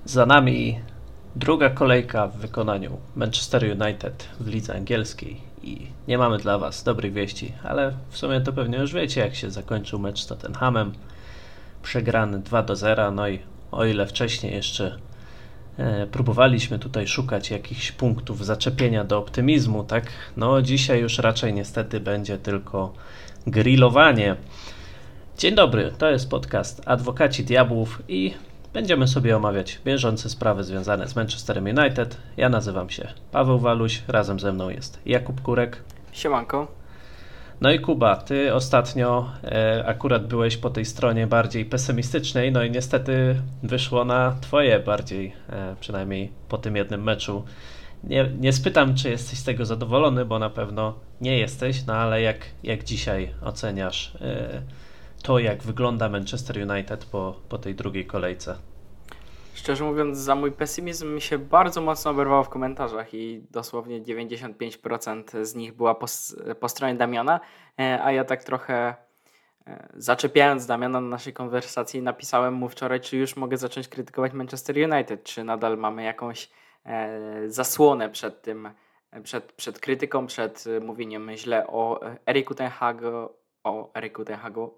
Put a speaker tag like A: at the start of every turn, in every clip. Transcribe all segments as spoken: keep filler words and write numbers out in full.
A: Za nami druga kolejka w wykonaniu Manchester United w lidze angielskiej i nie mamy dla Was dobrych wieści, ale w sumie to pewnie już wiecie, jak się zakończył mecz z Tottenhamem. Przegrany dwa do zera, no i o ile wcześniej jeszcze e, próbowaliśmy tutaj szukać jakichś punktów zaczepienia do optymizmu, tak? No dzisiaj już raczej niestety będzie tylko grillowanie. Dzień dobry, to jest podcast Adwokaci Diabłów i będziemy sobie omawiać bieżące sprawy związane z Manchesterem United. Ja nazywam się Paweł Waluś, razem ze mną jest Jakub Kurek.
B: Siemanko.
A: No i Kuba, ty ostatnio e, akurat byłeś po tej stronie bardziej pesymistycznej, no i niestety wyszło na twoje bardziej, e, przynajmniej po tym jednym meczu. Nie, nie spytam, czy jesteś z tego zadowolony, bo na pewno nie jesteś, no ale jak, jak dzisiaj oceniasz e, to, jak wygląda Manchester United po, po tej drugiej kolejce?
B: Szczerze mówiąc, za mój pesymizm mi się bardzo mocno oberwało w komentarzach i dosłownie dziewięćdziesiąt pięć procent z nich była po, po stronie Damiana, a ja tak trochę zaczepiając Damiana na naszej konwersacji napisałem mu wczoraj, czy już mogę zacząć krytykować Manchester United, czy nadal mamy jakąś zasłonę przed tym, przed, przed krytyką, przed mówieniem źle o Eriku Ten Hagu, o Eriku Ten Hagu,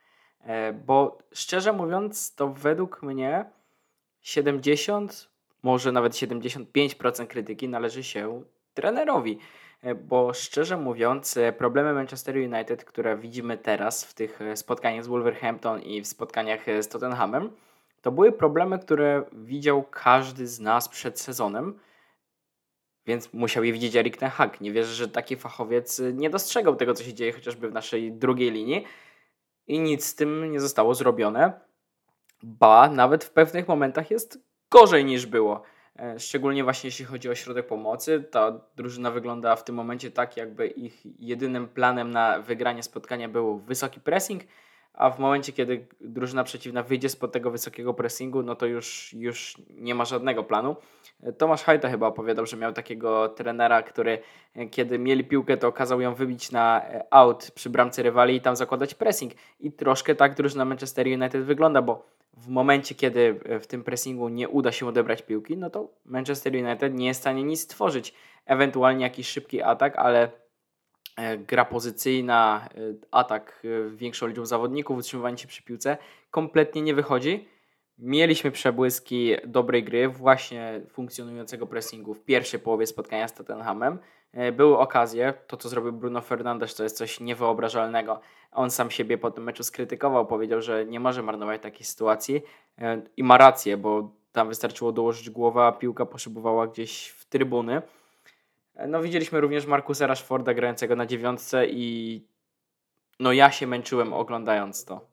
B: bo szczerze mówiąc, to według mnie siedemdziesiąt, może nawet siedemdziesiąt pięć procent krytyki należy się trenerowi, bo szczerze mówiąc problemy Manchester United, które widzimy teraz w tych spotkaniach z Wolverhampton i w spotkaniach z Tottenhamem, to były problemy, które widział każdy z nas przed sezonem, więc musiał je widzieć Erik Ten Hag. Nie wierzę, że taki fachowiec nie dostrzegał tego, co się dzieje chociażby w naszej drugiej linii i nic z tym nie zostało zrobione. Ba, nawet w pewnych momentach jest gorzej niż było. Szczególnie właśnie jeśli chodzi o środek pomocy. Ta drużyna wygląda w tym momencie tak, jakby ich jedynym planem na wygranie spotkania był wysoki pressing, a w momencie, kiedy drużyna przeciwna wyjdzie spod tego wysokiego pressingu, no to już, już nie ma żadnego planu. Tomasz Hajto chyba opowiadał, że miał takiego trenera, który kiedy mieli piłkę, to kazał ją wybić na out przy bramce rywali i tam zakładać pressing. I troszkę tak drużyna Manchester United wygląda, bo w momencie, kiedy w tym pressingu nie uda się odebrać piłki, no to Manchester United nie jest w stanie nic stworzyć. Ewentualnie jakiś szybki atak, ale gra pozycyjna, atak większą liczbą zawodników, utrzymywanie się przy piłce kompletnie nie wychodzi. Mieliśmy przebłyski dobrej gry, właśnie funkcjonującego pressingu w pierwszej połowie spotkania z Tottenhamem. Były okazje, to co zrobił Bruno Fernandes to jest coś niewyobrażalnego. On sam siebie po tym meczu skrytykował, powiedział, że nie może marnować takiej sytuacji i ma rację, bo tam wystarczyło dołożyć głowę, a piłka poszybowała gdzieś w trybuny. No widzieliśmy również Marcusa Rashforda grającego na dziewiątce i no ja się męczyłem oglądając to.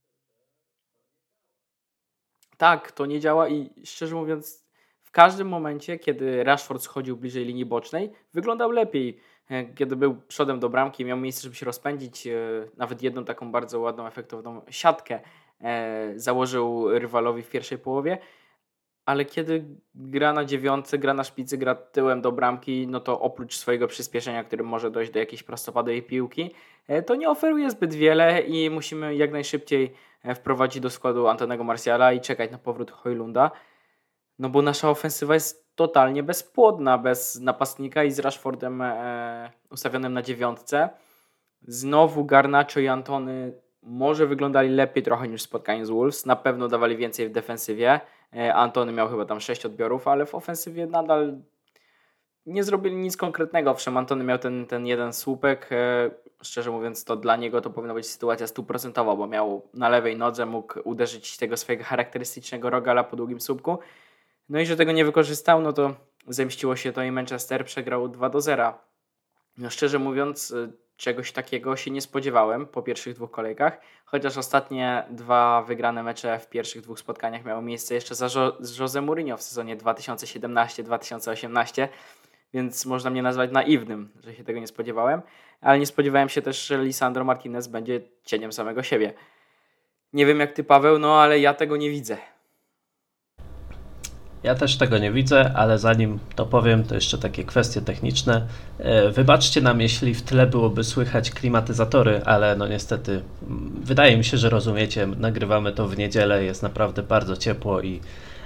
B: Tak, to nie działa i szczerze mówiąc w każdym momencie, kiedy Rashford schodził bliżej linii bocznej, wyglądał lepiej. Kiedy był przodem do bramki, miał miejsce, żeby się rozpędzić, nawet jedną taką bardzo ładną, efektowną siatkę założył rywalowi w pierwszej połowie. Ale kiedy gra na dziewiątce, gra na szpicy, gra tyłem do bramki, no to oprócz swojego przyspieszenia, którym może dojść do jakiejś prostopadłej piłki, to nie oferuje zbyt wiele i musimy jak najszybciej wprowadzić do składu Antonego Martiala i czekać na powrót Højlunda. No bo nasza ofensywa jest totalnie bezpłodna, bez napastnika i z Rashfordem e, ustawionym na dziewiątce. Znowu Garnacho i Antony może wyglądali lepiej trochę niż w spotkaniu z Wolves. Na pewno dawali więcej w defensywie. Antony miał chyba tam sześć odbiorów, ale w ofensywie nadal nie zrobili nic konkretnego. Owszem, Antony miał ten, ten jeden słupek. Szczerze mówiąc, to dla niego to powinna być sytuacja stuprocentowa, bo miał na lewej nodze, mógł uderzyć tego swojego charakterystycznego rogala po długim słupku. No i że tego nie wykorzystał, no to zemściło się to i Manchester przegrał dwa do zera. No szczerze mówiąc, czegoś takiego się nie spodziewałem po pierwszych dwóch kolejkach, chociaż ostatnie dwa wygrane mecze w pierwszych dwóch spotkaniach miały miejsce jeszcze za jo- z Jose Mourinho w sezonie dwa tysiące siedemnaście dwa tysiące osiemnaście, więc można mnie nazwać naiwnym, że się tego nie spodziewałem, ale nie spodziewałem się też, że Lisandro Martinez będzie cieniem samego siebie. Nie wiem jak ty, Paweł, no ale ja tego nie widzę.
A: Ja też tego nie widzę, ale zanim to powiem, to jeszcze takie kwestie techniczne. Wybaczcie nam, jeśli w tle byłoby słychać klimatyzatory, ale no niestety wydaje mi się, że rozumiecie, nagrywamy to w niedzielę, jest naprawdę bardzo ciepło i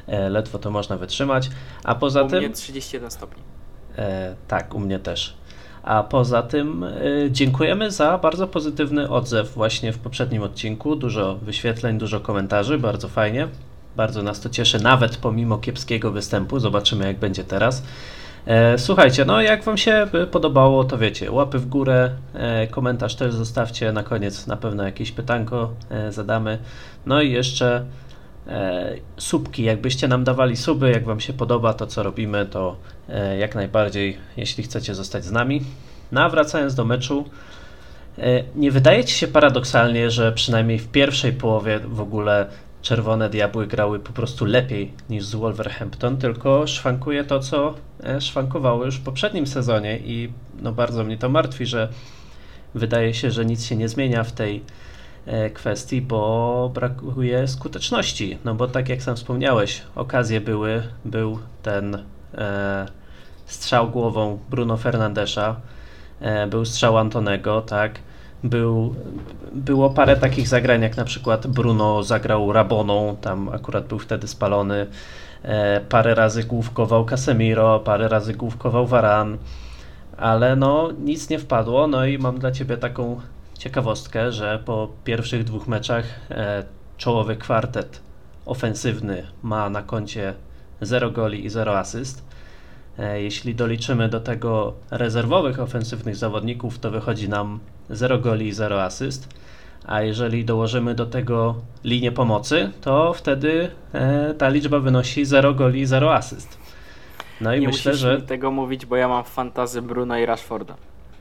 A: e, ledwo to można wytrzymać, a poza
B: U
A: tym...
B: mnie trzydzieści jeden stopni.
A: E, tak, u mnie też. A poza tym e, dziękujemy za bardzo pozytywny odzew właśnie w poprzednim odcinku. Dużo wyświetleń, dużo komentarzy, bardzo fajnie. Bardzo nas to cieszy, nawet pomimo kiepskiego występu. Zobaczymy, jak będzie teraz. E, słuchajcie, no jak wam się podobało, to wiecie, łapy w górę, e, komentarz też zostawcie. Na koniec na pewno jakieś pytanko e, zadamy. No i jeszcze e, subki. Jakbyście nam dawali suby, jak wam się podoba to, co robimy, to e, jak najbardziej, jeśli chcecie zostać z nami. No a wracając do meczu, e, nie wydaje ci się paradoksalnie, że przynajmniej w pierwszej połowie w ogóle Czerwone Diabły grały po prostu lepiej niż z Wolverhampton, tylko szwankuje to, co e, szwankowało już w poprzednim sezonie i no bardzo mnie to martwi, że wydaje się, że nic się nie zmienia w tej e, kwestii, bo brakuje skuteczności. No bo tak jak sam wspomniałeś, okazje były, był ten e, strzał głową Bruno Fernandesza, e, był strzał Antonego, tak, był, było parę takich zagrań, jak na przykład Bruno zagrał Raboną, tam akurat był wtedy spalony, e, parę razy główkował Casemiro, parę razy główkował Varane, ale no nic nie wpadło. No i mam dla ciebie taką ciekawostkę, że po pierwszych dwóch meczach e, czołowy kwartet ofensywny ma na koncie zero goli i zero asyst. E, jeśli doliczymy do tego rezerwowych ofensywnych zawodników, to wychodzi nam zero goli i zero asyst. A jeżeli dołożymy do tego linię pomocy, to wtedy e, ta liczba wynosi zero goli i zero asyst. No i
B: Nie
A: myślę,
B: musisz
A: że
B: mi tego mówić, bo ja mam fantazy Bruno i Rashforda.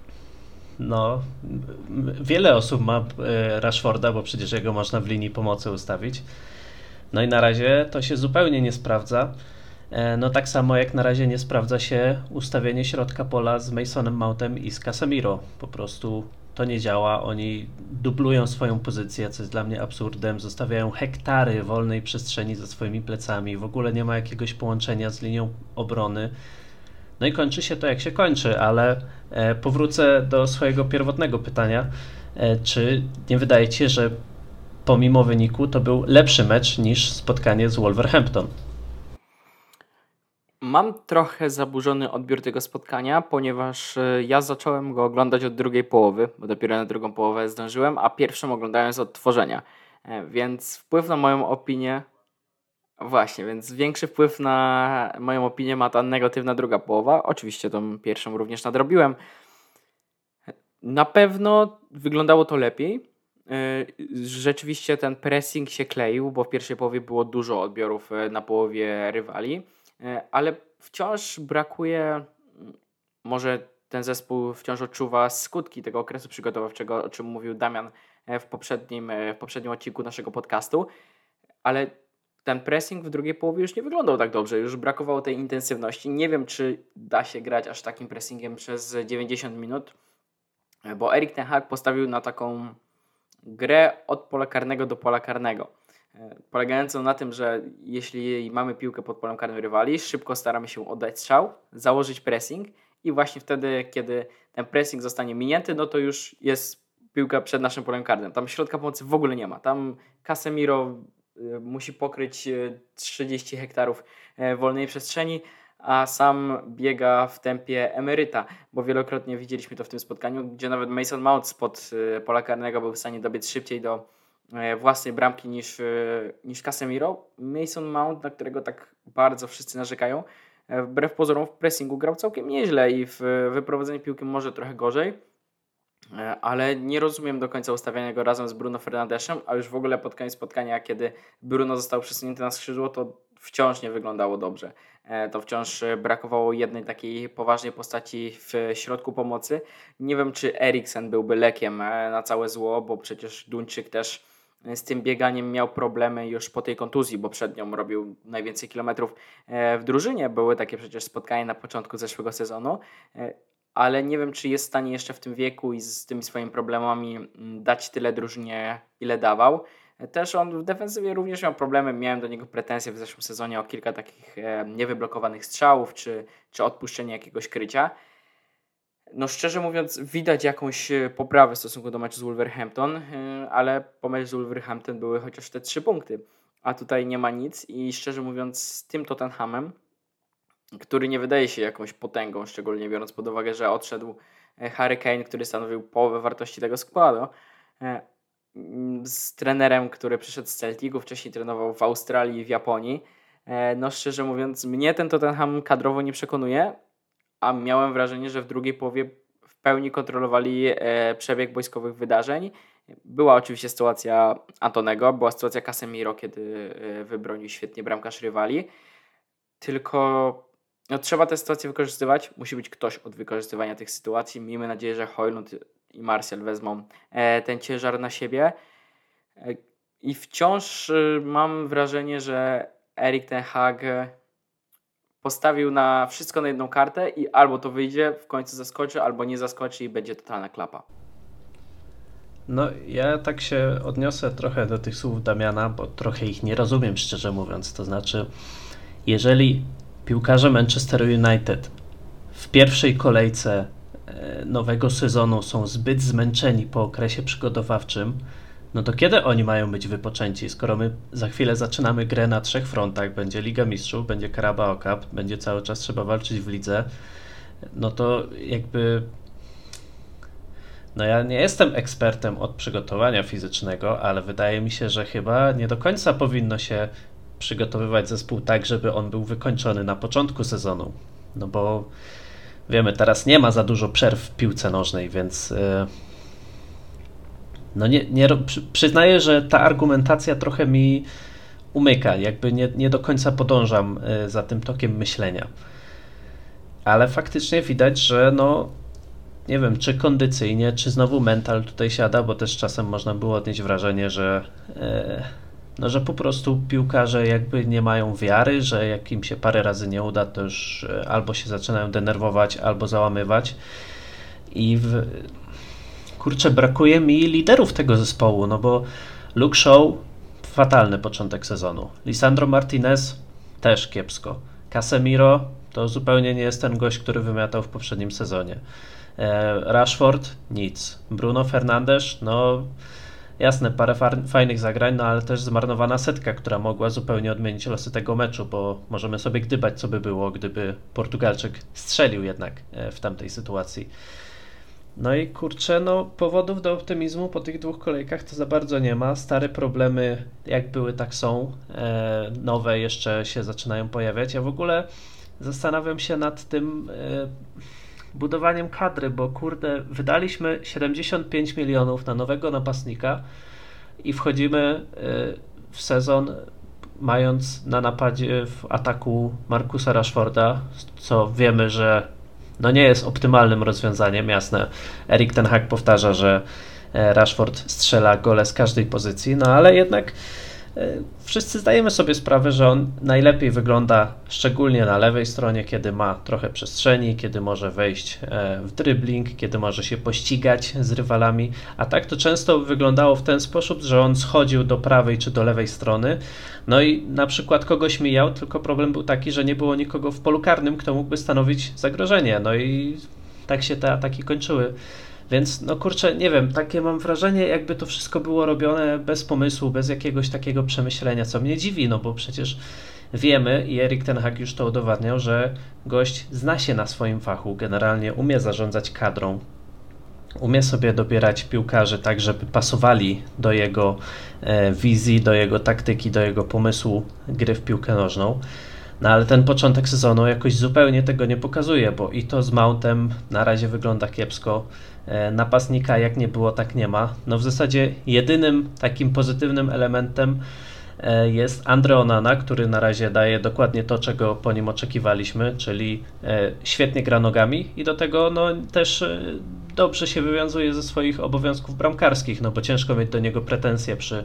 A: no, m- wiele osób ma e, Rashforda, bo przecież jego można w linii pomocy ustawić. No i na razie to się zupełnie nie sprawdza. E, No tak samo jak na razie nie sprawdza się ustawienie środka pola z Masonem Mountem i z Casemiro. Po prostu to nie działa. Oni dublują swoją pozycję, co jest dla mnie absurdem. Zostawiają hektary wolnej przestrzeni za swoimi plecami. W ogóle nie ma jakiegoś połączenia z linią obrony. No i kończy się to jak się kończy, ale e, powrócę do swojego pierwotnego pytania. E, czy nie wydaje ci się, że pomimo wyniku to był lepszy mecz niż spotkanie z Wolverhampton?
B: Mam trochę zaburzony odbiór tego spotkania, ponieważ e, ja zacząłem go oglądać od drugiej połowy, bo dopiero na drugą połowę zdążyłem, a pierwszą oglądałem z odtworzenia. E, Więc wpływ na moją opinię, właśnie, więc większy wpływ na moją opinię ma ta negatywna druga połowa. Oczywiście tą pierwszą również nadrobiłem. Na pewno wyglądało to lepiej. E, Rzeczywiście ten pressing się kleił, bo w pierwszej połowie było dużo odbiorów e, na połowie rywali. E, Ale wciąż brakuje, mm, może ten zespół wciąż odczuwa skutki tego okresu przygotowawczego, o czym mówił Damian e, w poprzednim, e, w poprzednim odcinku naszego podcastu, ale ten pressing w drugiej połowie już nie wyglądał tak dobrze, już brakowało tej intensywności. Nie wiem, czy da się grać aż takim pressingiem przez dziewięćdziesiąt minut, e, bo Erik ten Hag postawił na taką grę od pola karnego do pola karnego. E, Polegającą na tym, że jeśli mamy piłkę pod polem karnym rywali, szybko staramy się oddać strzał, założyć pressing i właśnie wtedy, kiedy ten pressing zostanie minięty, no to już jest piłka przed naszym polem karnym. Tam środka pomocy w ogóle nie ma. Tam Casemiro y, musi pokryć y, trzydzieści hektarów y, wolnej przestrzeni, a sam biega w tempie emeryta, bo wielokrotnie widzieliśmy to w tym spotkaniu, gdzie nawet Mason Mount spod y, pola karnego był w stanie dobiec szybciej do e, własnej bramki niż, e, niż Casemiro. Mason Mount, na którego tak bardzo wszyscy narzekają, e, wbrew pozorom w pressingu grał całkiem nieźle i w e, wyprowadzeniu piłki może trochę gorzej, e, ale nie rozumiem do końca ustawiania go razem z Bruno Fernandeszem, a już w ogóle pod koniec spotkania, kiedy Bruno został przesunięty na skrzydło, to wciąż nie wyglądało dobrze. E, To wciąż e, brakowało jednej takiej poważnej postaci w środku pomocy. Nie wiem, czy Eriksen byłby lekiem e, na całe zło, bo przecież Duńczyk też e, z tym bieganiem miał problemy już po tej kontuzji, bo przed nią robił najwięcej kilometrów e, w drużynie. Były takie przecież spotkania na początku zeszłego sezonu, e, ale nie wiem, czy jest w stanie jeszcze w tym wieku i z tymi swoimi problemami mm, dać tyle drużynie, ile dawał. Też on w defensywie również miał problemy. Miałem do niego pretensje w zeszłym sezonie o kilka takich e, niewyblokowanych strzałów, czy, czy odpuszczenie jakiegoś krycia. No szczerze mówiąc, widać jakąś e, poprawę w stosunku do meczu z Wolverhampton, e, ale po meczu z Wolverhampton były chociaż te trzy punkty. a tutaj nie ma nic i szczerze mówiąc z tym Tottenhamem, który nie wydaje się jakąś potęgą, szczególnie biorąc pod uwagę, że odszedł Harry Kane, który stanowił połowę wartości tego składu, z trenerem, który przyszedł z Celticu, wcześniej trenował w Australii i w Japonii. No szczerze mówiąc, mnie ten Tottenham kadrowo nie przekonuje, a miałem wrażenie, że w drugiej połowie w pełni kontrolowali przebieg boiskowych wydarzeń. Była oczywiście sytuacja Antonego, była sytuacja Casemiro, kiedy wybronił świetnie bramkarz rywali, tylko no, trzeba te sytuacje wykorzystywać, musi być ktoś od wykorzystywania tych sytuacji. Miejmy nadzieję, że Højlund i Martial wezmą e, ten ciężar na siebie. E, I wciąż e, mam wrażenie, że Erik ten Hag postawił na wszystko na jedną kartę i albo to wyjdzie, w końcu zaskoczy, albo nie zaskoczy i będzie totalna klapa.
A: No ja tak się odniosę trochę do tych słów Damiana, bo trochę ich nie rozumiem, szczerze mówiąc. To znaczy, jeżeli piłkarze Manchester United w pierwszej kolejce nowego sezonu są zbyt zmęczeni po okresie przygotowawczym, no to kiedy oni mają być wypoczęci, skoro my za chwilę zaczynamy grę na trzech frontach, będzie Liga Mistrzów, będzie Carabao Cup, będzie cały czas trzeba walczyć w lidze, no to jakby no ja nie jestem ekspertem od przygotowania fizycznego, ale wydaje mi się, że chyba nie do końca powinno się przygotowywać zespół tak, żeby on był wykończony na początku sezonu, no bo wiemy, teraz nie ma za dużo przerw w piłce nożnej, więc yy, no nie, nie, przyznaję, że ta argumentacja trochę mi umyka, jakby nie, nie do końca podążam yy, za tym tokiem myślenia. Ale faktycznie widać, że no nie wiem, czy kondycyjnie, czy znowu mental tutaj siada, bo też czasem można było odnieść wrażenie, że yy, no, że po prostu piłkarze jakby nie mają wiary, że jak im się parę razy nie uda, to już albo się zaczynają denerwować, albo załamywać. I w... kurczę, brakuje mi liderów tego zespołu, no bo Luke Shaw, fatalny początek sezonu. Lisandro Martinez też kiepsko. Casemiro to zupełnie nie jest ten gość, który wymiatał w poprzednim sezonie. Rashford nic. Bruno Fernandes, no jasne, parę fajnych zagrań, no ale też zmarnowana setka, która mogła zupełnie odmienić losy tego meczu, bo możemy sobie gdybać, co by było, gdyby Portugalczyk strzelił jednak w tamtej sytuacji. No i kurczę, no powodów do optymizmu po tych dwóch kolejkach to za bardzo nie ma. Stare problemy jak były, tak są. E, nowe jeszcze się zaczynają pojawiać. Ja w ogóle zastanawiam się nad tym e, budowaniem kadry, bo kurde, wydaliśmy siedemdziesiąt pięć milionów na nowego napastnika i wchodzimy w sezon mając na napadzie w ataku Marcusa Rashforda, co wiemy, że no nie jest optymalnym rozwiązaniem. Jasne, Erik ten Hag powtarza, że Rashford strzela gole z każdej pozycji, no ale jednak wszyscy zdajemy sobie sprawę, że on najlepiej wygląda szczególnie na lewej stronie, kiedy ma trochę przestrzeni, kiedy może wejść w dribbling, kiedy może się pościgać z rywalami, a tak to często wyglądało w ten sposób, że on schodził do prawej czy do lewej strony, no i na przykład kogoś mijał, tylko problem był taki, że nie było nikogo w polu karnym, kto mógłby stanowić zagrożenie, no i tak się te ataki kończyły. Więc no kurczę, nie wiem, takie mam wrażenie, jakby to wszystko było robione bez pomysłu, bez jakiegoś takiego przemyślenia, co mnie dziwi, no bo przecież wiemy i Erik ten Hag już to udowadniał, że gość zna się na swoim fachu, generalnie umie zarządzać kadrą, umie sobie dobierać piłkarzy tak, żeby pasowali do jego e, wizji, do jego taktyki, do jego pomysłu gry w piłkę nożną. No ale ten początek sezonu jakoś zupełnie tego nie pokazuje, bo i to z Mountem na razie wygląda kiepsko. Napastnika jak nie było, tak nie ma. No w zasadzie jedynym takim pozytywnym elementem jest Andre Onana, który na razie daje dokładnie to, czego po nim oczekiwaliśmy, czyli świetnie gra nogami i do tego no też dobrze się wywiązuje ze swoich obowiązków bramkarskich, no bo ciężko mieć do niego pretensje przy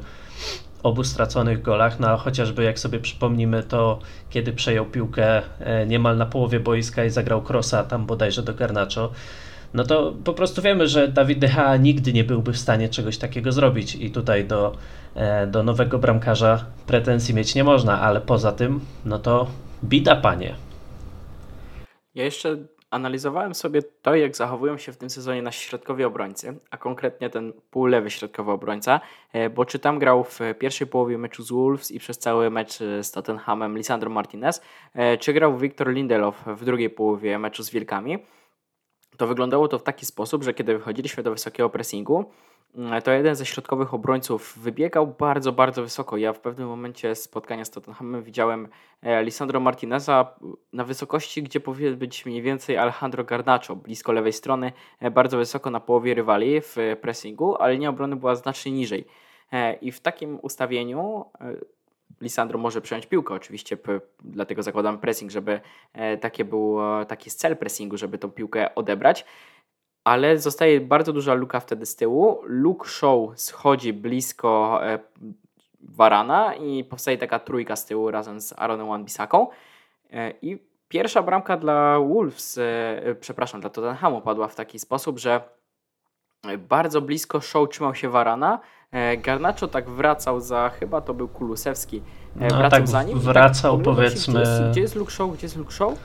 A: obu straconych golach, no chociażby jak sobie przypomnimy to, kiedy przejął piłkę niemal na połowie boiska i zagrał crossa tam bodajże do Garnacho, no to po prostu wiemy, że David De Gea nigdy nie byłby w stanie czegoś takiego zrobić i tutaj do, do nowego bramkarza pretensji mieć nie można, ale poza tym, no to bida, panie.
B: Ja jeszcze analizowałem sobie to, jak zachowują się w tym sezonie nasi środkowi obrońcy, a konkretnie ten półlewy środkowy obrońca, bo czy tam grał w pierwszej połowie meczu z Wolves i przez cały mecz z Tottenhamem Lisandro Martinez, czy grał Victor Lindelof w drugiej połowie meczu z Wilkami, to wyglądało to w taki sposób, że kiedy wychodziliśmy do wysokiego pressingu, to jeden ze środkowych obrońców wybiegał bardzo, bardzo wysoko. Ja w pewnym momencie spotkania z Tottenhamem widziałem Lisandro Martineza na wysokości, gdzie powinien być mniej więcej Alejandro Garnacho, blisko lewej strony, bardzo wysoko na połowie rywali w pressingu, ale linia obrony była znacznie niżej. I w takim ustawieniu Lisandro może przejąć piłkę, oczywiście, p- dlatego zakładam pressing, żeby e, takie był, taki jest cel pressingu, żeby tą piłkę odebrać, ale zostaje bardzo duża luka wtedy z tyłu. Luke Shaw schodzi blisko e, Varana i powstaje taka trójka z tyłu razem z Aaronem Wan-Bissaką e, i pierwsza bramka dla Wolves, e, przepraszam, dla Tottenhamu padła w taki sposób, że bardzo blisko Shaw trzymał się Varana. Garnacho tak wracał za, chyba to był Kulusewski,
A: no,
B: wracał
A: tak
B: za nim.
A: wracał,
B: tak
A: powiedzmy.
B: Się, gdzie, jest, gdzie jest Luke Shaw? Gdzie jest Luke Shaw?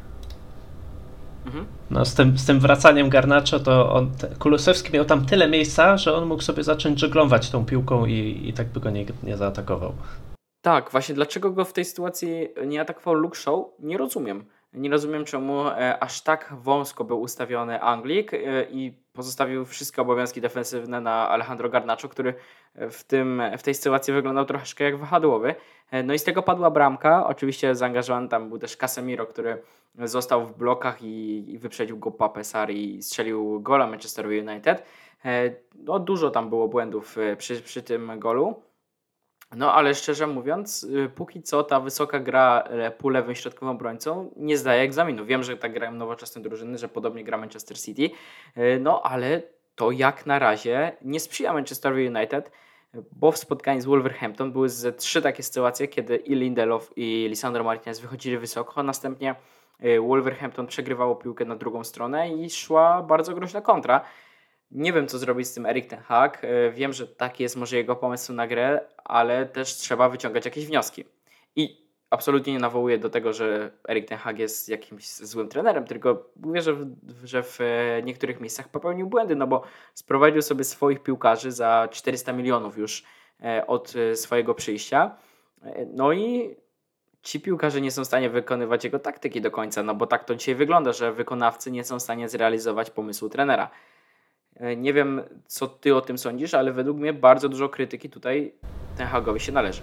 A: Mhm. No z tym, z tym wracaniem Garnacho to on, Kulusewski miał tam tyle miejsca, że on mógł sobie zacząć żeglować tą piłką i, i tak by go nie, nie zaatakował.
B: Tak, właśnie dlaczego go w tej sytuacji nie atakował Luke Shaw? Nie rozumiem. Nie rozumiem, czemu e, aż tak wąsko był ustawiony Anglik e, i pozostawił wszystkie obowiązki defensywne na Alejandro Garnacho, który w, tym, w tej sytuacji wyglądał troszeczkę jak wahadłowy. E, no i z tego padła bramka. Oczywiście zaangażowany tam był też Casemiro, który został w blokach i, i wyprzedził go Pape Sarr i strzelił gola Manchester United. E, no dużo tam było błędów przy, przy tym golu. No ale szczerze mówiąc, póki co ta wysoka gra półlewym środkowym obrońcą nie zdaje egzaminu. Wiem, że tak grają nowoczesne drużyny, że podobnie gra Manchester City, no ale to jak na razie nie sprzyja Manchester United, bo w spotkaniu z Wolverhampton były ze trzy takie sytuacje, kiedy i Lindelof i Lisandro Martinez wychodzili wysoko, następnie Wolverhampton przegrywało piłkę na drugą stronę i szła bardzo groźna kontra. Nie wiem, co zrobić z tym Erik ten Hag. Wiem, że taki jest może jego pomysł na grę, ale też trzeba wyciągać jakieś wnioski. I absolutnie nie nawołuję do tego, że Erik ten Hag jest jakimś złym trenerem, tylko mówię, że w, że w niektórych miejscach popełnił błędy, no bo sprowadził sobie swoich piłkarzy za czterysta milionów już od swojego przyjścia. No i ci piłkarze nie są w stanie wykonywać jego taktyki do końca, no bo tak to dzisiaj wygląda, że wykonawcy nie są w stanie zrealizować pomysłu trenera. Nie wiem, co ty o tym sądzisz, ale według mnie bardzo dużo krytyki tutaj Ten Hagowi się należy.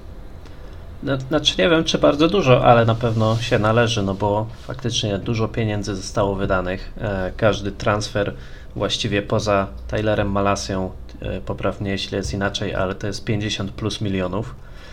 A: No, znaczy nie wiem, czy bardzo dużo, ale na pewno się należy, no bo faktycznie dużo pieniędzy zostało wydanych. E, każdy transfer właściwie poza Tylerem Malasią, e, poprawnie jeśli jest inaczej, ale to jest pięćdziesiąt plus milionów.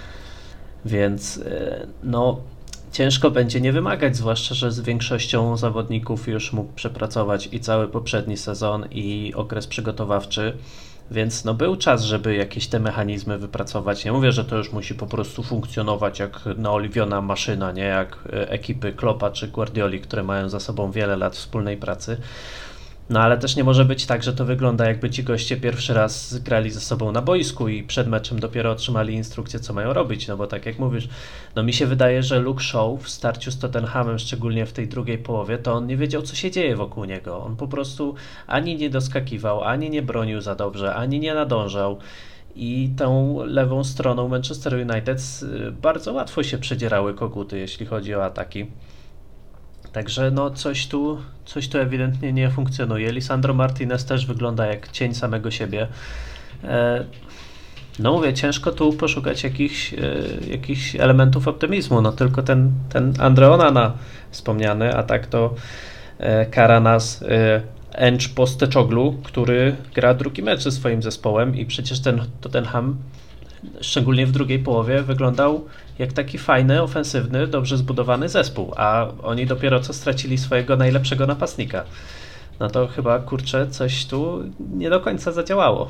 A: Więc e, no ciężko będzie nie wymagać, zwłaszcza, że z większością zawodników już mógł przepracować i cały poprzedni sezon i okres przygotowawczy, więc no był czas, żeby jakieś te mechanizmy wypracować. Nie mówię, że to już musi po prostu funkcjonować jak naoliwiona maszyna, nie jak ekipy Kloppa czy Guardioli, które mają za sobą wiele lat wspólnej pracy. No ale też nie może być tak, że to wygląda jakby ci goście pierwszy raz grali ze sobą na boisku i przed meczem dopiero otrzymali instrukcję, co mają robić, no bo tak jak mówisz, no mi się wydaje, że Luke Shaw w starciu z Tottenhamem, szczególnie w tej drugiej połowie, to on nie wiedział, co się dzieje wokół niego. On po prostu ani nie doskakiwał, ani nie bronił za dobrze, ani nie nadążał. I tą lewą stroną Manchester United bardzo łatwo się przedzierały koguty, jeśli chodzi o ataki. Także no coś tu, coś tu ewidentnie nie funkcjonuje. Lisandro Martinez też wygląda jak cień samego siebie. E, no mówię, ciężko tu poszukać jakichś, e, jakichś elementów optymizmu. No tylko ten, ten Andre Onana wspomniany, a tak to e, kara nas e, Ange Postecoglou, który gra drugi mecz ze swoim zespołem i przecież ten Tottenham, szczególnie w drugiej połowie, wyglądał jak taki fajny, ofensywny, dobrze zbudowany zespół, a oni dopiero co stracili swojego najlepszego napastnika. No to chyba, kurczę, coś tu nie do końca zadziałało.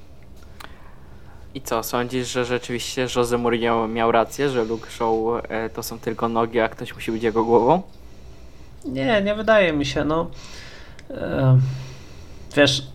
B: I co, sądzisz, że rzeczywiście Jose Mourinho miał rację, że Luke Shaw e, to są tylko nogi, a ktoś musi być jego głową?
A: Nie, nie wydaje mi się, no e, wiesz,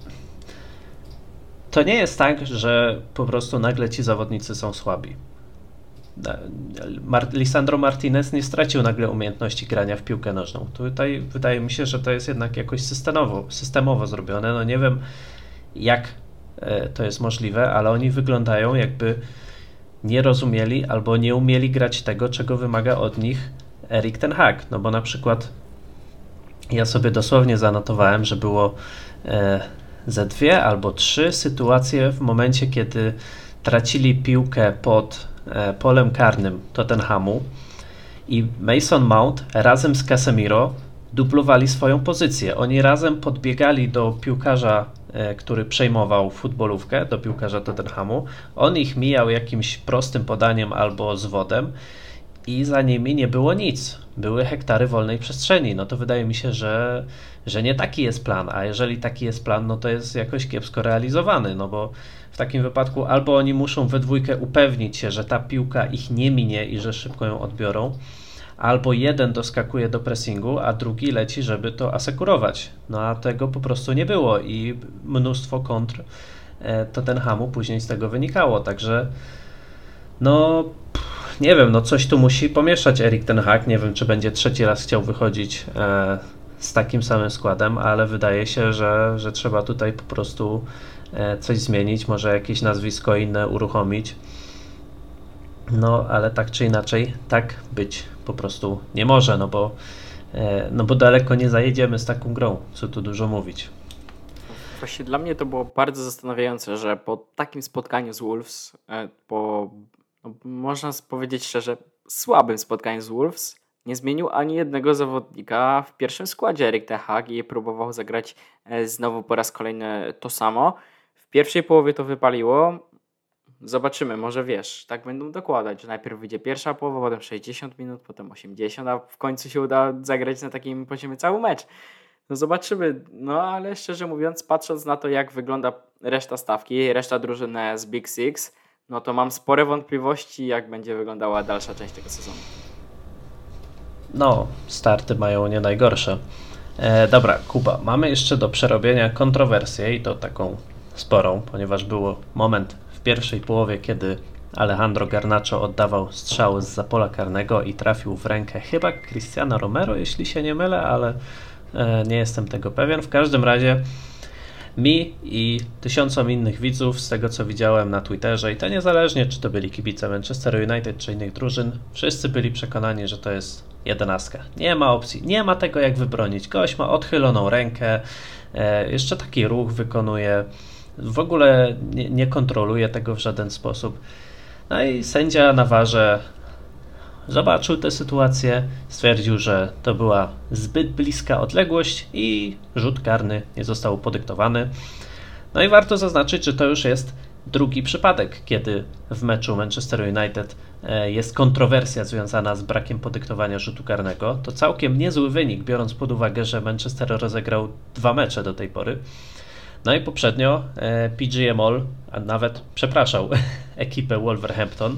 A: to nie jest tak, że po prostu nagle ci zawodnicy są słabi. Mar- Lisandro Martinez nie stracił nagle umiejętności grania w piłkę nożną. Tutaj wydaje mi się, że to jest jednak jakoś systemowo, systemowo zrobione. No nie wiem, jak to jest możliwe, ale oni wyglądają, jakby nie rozumieli albo nie umieli grać tego, czego wymaga od nich Erik ten Hag. No bo na przykład ja sobie dosłownie zanotowałem, że było e, ze dwie albo trzy sytuacje w momencie, kiedy tracili piłkę pod e, polem karnym Tottenhamu i Mason Mount razem z Casemiro dublowali swoją pozycję. Oni razem podbiegali do piłkarza, e, który przejmował futbolówkę, do piłkarza Tottenhamu. On ich mijał jakimś prostym podaniem albo zwodem i za nimi nie było nic. Były hektary wolnej przestrzeni. No to wydaje mi się, że, że nie taki jest plan, a jeżeli taki jest plan, no to jest jakoś kiepsko realizowany, no bo w takim wypadku albo oni muszą we dwójkę upewnić się, że ta piłka ich nie minie i że szybko ją odbiorą, albo jeden doskakuje do pressingu, a drugi leci, żeby to asekurować. No a tego po prostu nie było i mnóstwo kontr Tottenhamu później z tego wynikało, także no nie wiem, no coś tu musi pomieszać Erik ten Hag. Nie wiem, czy będzie trzeci raz chciał wychodzić e, z takim samym składem, ale wydaje się, że, że trzeba tutaj po prostu e, coś zmienić, może jakieś nazwisko inne uruchomić. No, ale tak czy inaczej, tak być po prostu nie może, no bo, e, no bo daleko nie zajedziemy z taką grą, co tu dużo mówić.
B: Właśnie dla mnie to było bardzo zastanawiające, że po takim spotkaniu z Wolves, e, po no, można powiedzieć szczerze, słabym spotkaniu z Wolves, nie zmienił ani jednego zawodnika w pierwszym składzie Erik ten Hag i próbował zagrać znowu po raz kolejny to samo. W pierwszej połowie to wypaliło. Zobaczymy, może wiesz, tak będą dokładać, że najpierw wyjdzie pierwsza połowa, potem sześćdziesiąt minut, potem osiemdziesiąt, a w końcu się uda zagrać na takim poziomie cały mecz. No zobaczymy, no ale szczerze mówiąc, patrząc na to, jak wygląda reszta stawki, reszta drużyny z Big Six, no to mam spore wątpliwości, jak będzie wyglądała dalsza część tego sezonu.
A: No, starty mają nie najgorsze. E, dobra, Kuba, mamy jeszcze do przerobienia kontrowersję i to taką sporą, ponieważ był moment w pierwszej połowie, kiedy Alejandro Garnacho oddawał strzał zza pola karnego i trafił w rękę chyba Cristiano Romero, jeśli się nie mylę, ale e, nie jestem tego pewien. W każdym razie mi i tysiącom innych widzów, z tego co widziałem na Twitterze, i to niezależnie, czy to byli kibice Manchester United, czy innych drużyn, wszyscy byli przekonani, że to jest jedenastka. Nie ma opcji, nie ma tego jak wybronić. Gość ma odchyloną rękę, e, jeszcze taki ruch wykonuje, w ogóle nie, nie kontroluje tego w żaden sposób. No i sędzia na warze zobaczył tę sytuację, stwierdził, że to była zbyt bliska odległość i rzut karny nie został podyktowany. No i warto zaznaczyć, że to już jest drugi przypadek, kiedy w meczu Manchester United jest kontrowersja związana z brakiem podyktowania rzutu karnego. To całkiem niezły wynik, biorąc pod uwagę, że Manchester rozegrał dwa mecze do tej pory. No i poprzednio P G M O, a nawet przepraszał ekipę Wolverhampton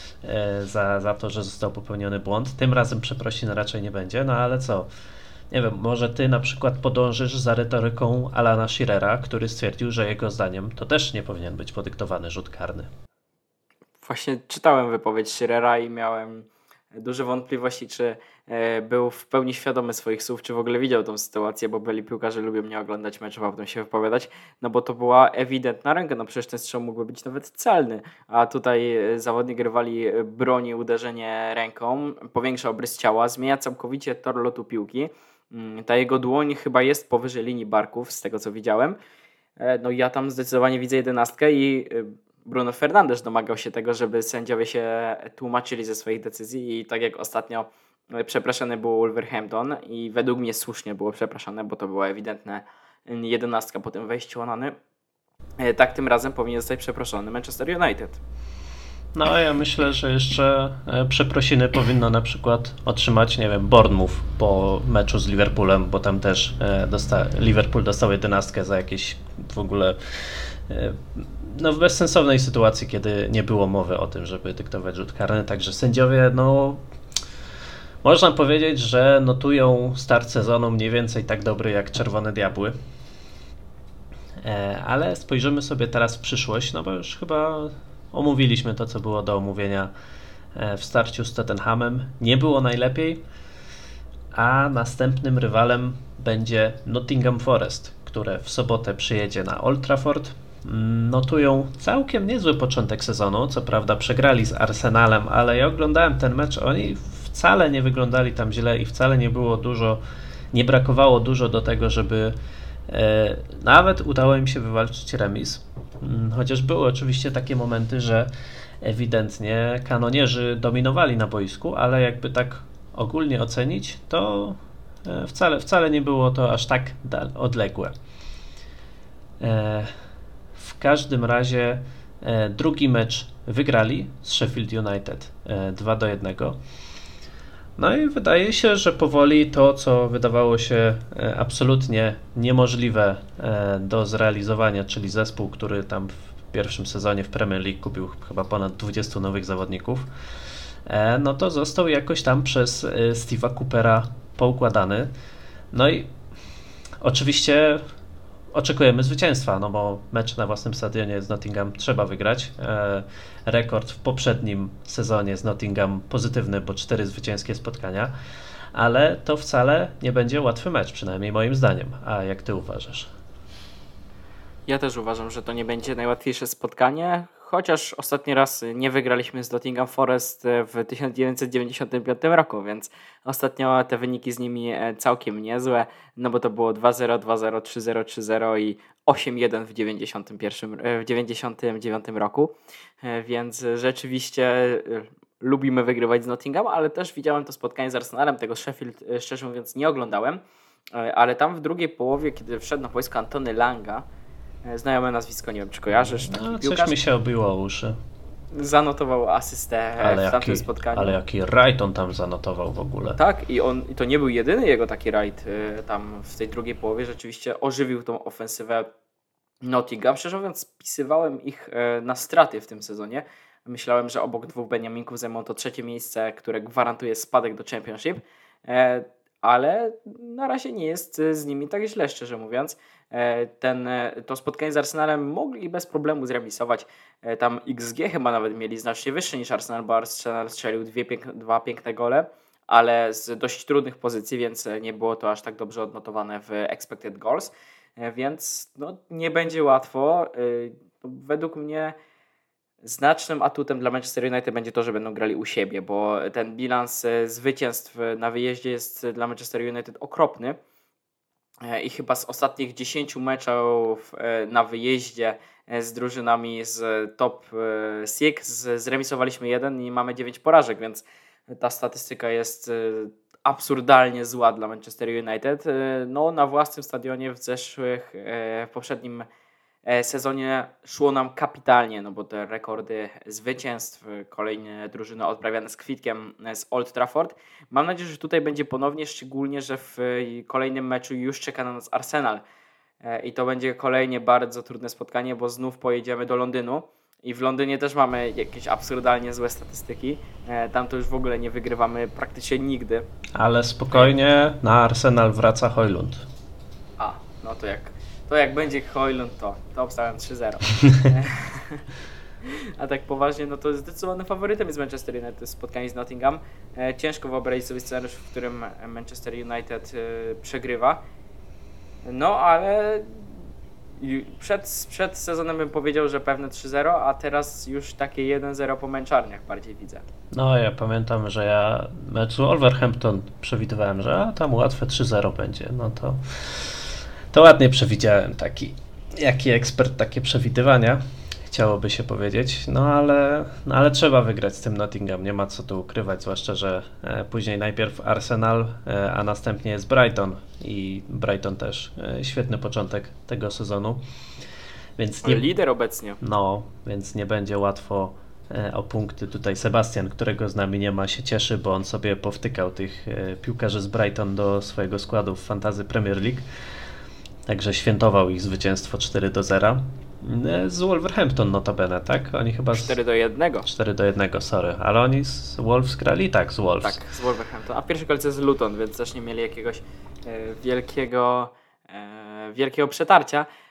A: za, za to, że został popełniony błąd. Tym razem przeprosin raczej nie będzie, no ale co? Nie wiem, może ty na przykład podążysz za retoryką Alana Shearera, który stwierdził, że jego zdaniem to też nie powinien być podyktowany rzut karny.
B: Właśnie czytałem wypowiedź Shearera i miałem duże wątpliwości, czy był w pełni świadomy swoich słów, czy w ogóle widział tą sytuację, bo byli piłkarze lubią nie oglądać meczów, a potem się wypowiadać, no bo to była ewidentna ręka, no przecież ten strzał mógłby być nawet celny, a tutaj zawodnik rywali broni uderzenie ręką, powiększa obrys ciała, zmienia całkowicie tor lotu piłki, ta jego dłoń chyba jest powyżej linii barków, z tego co widziałem, no ja tam zdecydowanie widzę jedenastkę i Bruno Fernandes domagał się tego, żeby sędziowie się tłumaczyli ze swoich decyzji i tak jak ostatnio przepraszany było Wolverhampton i według mnie słusznie było przepraszane, bo to była ewidentna jedenastka po tym wejściu Onany, tak tym razem powinien zostać przeproszony Manchester United.
A: No ja myślę, że jeszcze przeprosiny powinno na przykład otrzymać, nie wiem, Bournemouth po meczu z Liverpoolem, bo tam też dosta- Liverpool dostał jedenastkę za jakieś w ogóle no w bezsensownej sytuacji, kiedy nie było mowy o tym, żeby dyktować rzut karny, także sędziowie, no można powiedzieć, że notują start sezonu mniej więcej tak dobry jak Czerwone Diabły, e, ale spojrzymy sobie teraz w przyszłość, no bo już chyba omówiliśmy to, co było do omówienia w starciu z Tottenhamem nie było najlepiej, a następnym rywalem będzie Nottingham Forest, które w sobotę przyjedzie na Old Trafford. Notują całkiem niezły początek sezonu, co prawda przegrali z Arsenalem, ale ja oglądałem ten mecz, oni wcale nie wyglądali tam źle i wcale nie było dużo, nie brakowało dużo do tego, żeby e, nawet udało im się wywalczyć remis, chociaż były oczywiście takie momenty, że ewidentnie kanonierzy dominowali na boisku, ale jakby tak ogólnie ocenić, to wcale, wcale nie było to aż tak odległe. E, w każdym razie e, drugi mecz wygrali z Sheffield United e, dwa do jednego. No i wydaje się, że powoli to, co wydawało się e, absolutnie niemożliwe e, do zrealizowania, czyli zespół, który tam w pierwszym sezonie w Premier League kupił chyba ponad dwudziestu nowych zawodników, e, no to został jakoś tam przez e, Steve'a Coopera poukładany. No i oczywiście oczekujemy zwycięstwa, no bo mecz na własnym stadionie z Nottingham trzeba wygrać. E, rekord w poprzednim sezonie z Nottingham pozytywny, bo cztery zwycięskie spotkania, ale to wcale nie będzie łatwy mecz, przynajmniej moim zdaniem. A jak ty uważasz?
B: Ja też uważam, że to nie będzie najłatwiejsze spotkanie, chociaż ostatni raz nie wygraliśmy z Nottingham Forest w tysiąc dziewięćset dziewięćdziesiątym piątym roku, więc ostatnio te wyniki z nimi całkiem niezłe, no bo to było dwa zero, dwa zero, trzy zero, trzy zero i osiem jeden w dziewięćdziesiątym pierwszym, w dziewięćdziesiątym dziewiątym roku, więc rzeczywiście lubimy wygrywać z Nottingham, ale też widziałem to spotkanie z Arsenalem, tego Sheffield szczerze mówiąc nie oglądałem, ale tam w drugiej połowie, kiedy wszedł na boisko Antony Langa, znajome nazwisko, nie wiem czy kojarzysz, taki
A: no,
B: piłkarz,
A: coś mi się obiło o uszy.
B: Zanotował asystę
A: ale
B: w tamtym
A: jaki,
B: spotkaniu.
A: Ale jaki rajd on tam zanotował w ogóle.
B: Tak, i on i to nie był jedyny jego taki rajd tam w tej drugiej połowie, rzeczywiście ożywił tą ofensywę Nottingham. Szczerze mówiąc, spisywałem ich na straty w tym sezonie. Myślałem, że obok dwóch Beniaminków zajmą to trzecie miejsce, które gwarantuje spadek do Championship, ale na razie nie jest z nimi tak źle, szczerze mówiąc. Ten, to spotkanie z Arsenalem mogli bez problemu zremisować. Tam X G chyba nawet mieli znacznie wyższe niż Arsenal, bo Arsenal strzelił dwie pięk- dwa piękne gole, ale z dość trudnych pozycji, więc nie było to aż tak dobrze odnotowane w expected goals, więc no, nie będzie łatwo. Według mnie znacznym atutem dla Manchester United będzie to, że będą grali u siebie, bo ten bilans zwycięstw na wyjeździe jest dla Manchester United okropny i chyba z ostatnich dziesięciu meczów na wyjeździe z drużynami z top sześć zremisowaliśmy jeden i mamy dziewięć porażek, więc ta statystyka jest absurdalnie zła dla Manchester United. No, na własnym stadionie w zeszłych, w poprzednim sezonie szło nam kapitalnie, no bo te rekordy zwycięstw, kolejne drużyny odprawiane z kwitkiem z Old Trafford. Mam nadzieję, że tutaj będzie ponownie, szczególnie, że w kolejnym meczu już czeka na nas Arsenal i to będzie kolejnie bardzo trudne spotkanie, bo znów pojedziemy do Londynu i w Londynie też mamy jakieś absurdalnie złe statystyki. Tam to już w ogóle nie wygrywamy praktycznie nigdy.
A: Ale spokojnie, na Arsenal wraca Højlund.
B: A, no to jak To jak będzie Højlund, to, to obstawiam trzy zero. A tak poważnie, no to zdecydowanym faworytem jest Manchester United w spotkaniu z Nottingham. E, ciężko wyobrazić sobie scenariusz, w którym Manchester United e, przegrywa. No ale przed, przed sezonem bym powiedział, że pewne trzy zero, a teraz już takie jeden zero po męczarniach bardziej widzę.
A: No ja pamiętam, że ja mecz z Wolverhampton przewidywałem, że a, tam łatwe trzy zero będzie. No to... To ładnie przewidziałem taki, jaki ekspert takie przewidywania, chciałoby się powiedzieć, no ale, no ale trzeba wygrać z tym Nottingham, nie ma co tu ukrywać, zwłaszcza, że e, później najpierw Arsenal, e, a następnie jest Brighton i Brighton też e, świetny początek tego sezonu. Więc nie,
B: lider obecnie.
A: No, więc nie będzie łatwo e, o punkty. Tutaj Sebastian, którego z nami nie ma, się cieszy, bo on sobie powtykał tych e, piłkarzy z Brighton do swojego składu w Fantasy Premier League. Także świętował ich zwycięstwo cztery do zera. Z Wolverhampton notabene, tak? Oni chyba z...
B: cztery do jednego.
A: cztery do jednego, sorry. Ale oni z Wolves grali? Tak, z Wolves.
B: Tak, z Wolverhampton. A w pierwszej kolejce z Luton, więc też nie mieli jakiegoś e, wielkiego, e, wielkiego przetarcia.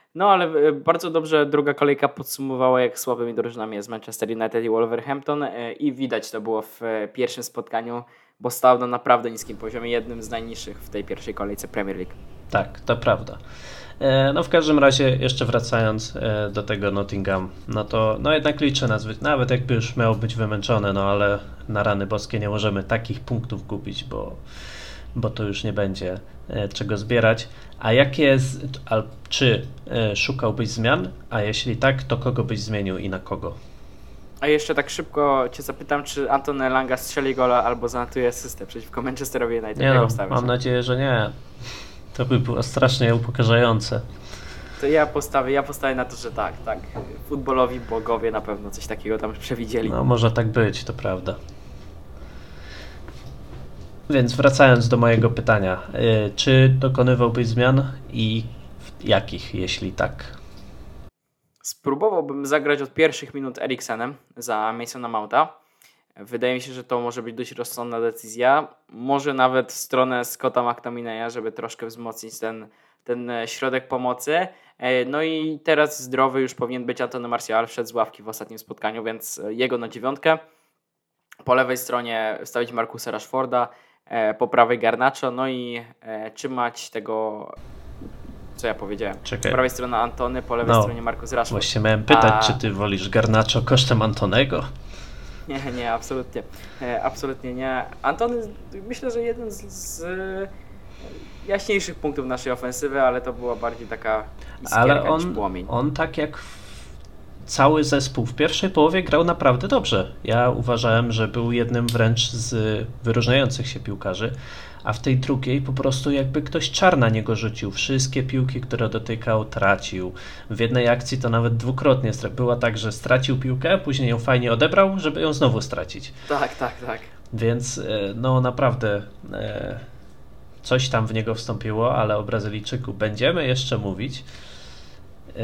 B: No ale e, bardzo dobrze druga kolejka podsumowała, jak słabymi drużynami jest Manchester United i Wolverhampton e, i widać to było w e, pierwszym spotkaniu, bo stał na naprawdę niskim poziomie, jednym z najniższych w tej pierwszej kolejce Premier League.
A: Tak, to prawda. E, No w każdym razie, jeszcze wracając e, do tego Nottingham, no to no jednak liczę na zwycięstwo, nawet jakby już miało być wymęczone, no ale na rany boskie nie możemy takich punktów kupić, bo, bo to już nie będzie e, czego zbierać. A jakie jest, a, czy e, szukałbyś zmian? A jeśli tak, to kogo byś zmienił i na kogo?
B: A jeszcze tak szybko Cię zapytam, czy Anton Elanga strzeli gola albo zanotuje asystę przeciwko Manchesterowi United?
A: Nie
B: Jak
A: no,
B: obstawiasz?
A: mam nadzieję, że nie. To by było strasznie upokarzające.
B: To ja postawię, ja postawię na to, że tak, tak. Futbolowi bogowie na pewno coś takiego tam przewidzieli.
A: No może tak być, to prawda. Więc wracając do mojego pytania, y, czy dokonywałbyś zmian i w- jakich, jeśli tak?
B: Spróbowałbym zagrać od pierwszych minut Eriksenem za Masona Mounta. Wydaje mi się, że to może być dość rozsądna decyzja. Może nawet w stronę Scotta McTominaya, żeby troszkę wzmocnić ten, ten e, środek pomocy. E, No i teraz zdrowy już powinien być Antony Martial, wszedł z ławki w ostatnim spotkaniu, więc e, jego na dziewiątkę. Po lewej stronie wstawić Marcusa Rashforda, e, po prawej Garnacho, no i e, trzymać tego, co ja powiedziałem.
A: Czekaj.
B: Po prawej stronie Antony, po lewej
A: No,
B: stronie Marcus Rashford.
A: Właśnie miałem pytać,
B: A-
A: czy ty wolisz Garnacho kosztem Antonego?
B: Nie, nie, absolutnie. E, absolutnie nie. Antony, myślę, że jeden z, z e, jaśniejszych punktów naszej ofensywy, ale to była bardziej taka
A: Ale
B: iskierka niż
A: on,
B: płomień.
A: on tak jak w- cały zespół w pierwszej połowie grał naprawdę dobrze. Ja uważałem, że był jednym wręcz z wyróżniających się piłkarzy, a w tej drugiej po prostu jakby ktoś czar na niego rzucił. Wszystkie piłki, które dotykał, tracił. W jednej akcji to nawet dwukrotnie stra- była tak, że stracił piłkę, później ją fajnie odebrał, żeby ją znowu stracić.
B: Tak, tak, tak.
A: Więc e, no naprawdę e, coś tam w niego wstąpiło, ale o Brazylijczyku będziemy jeszcze mówić. E,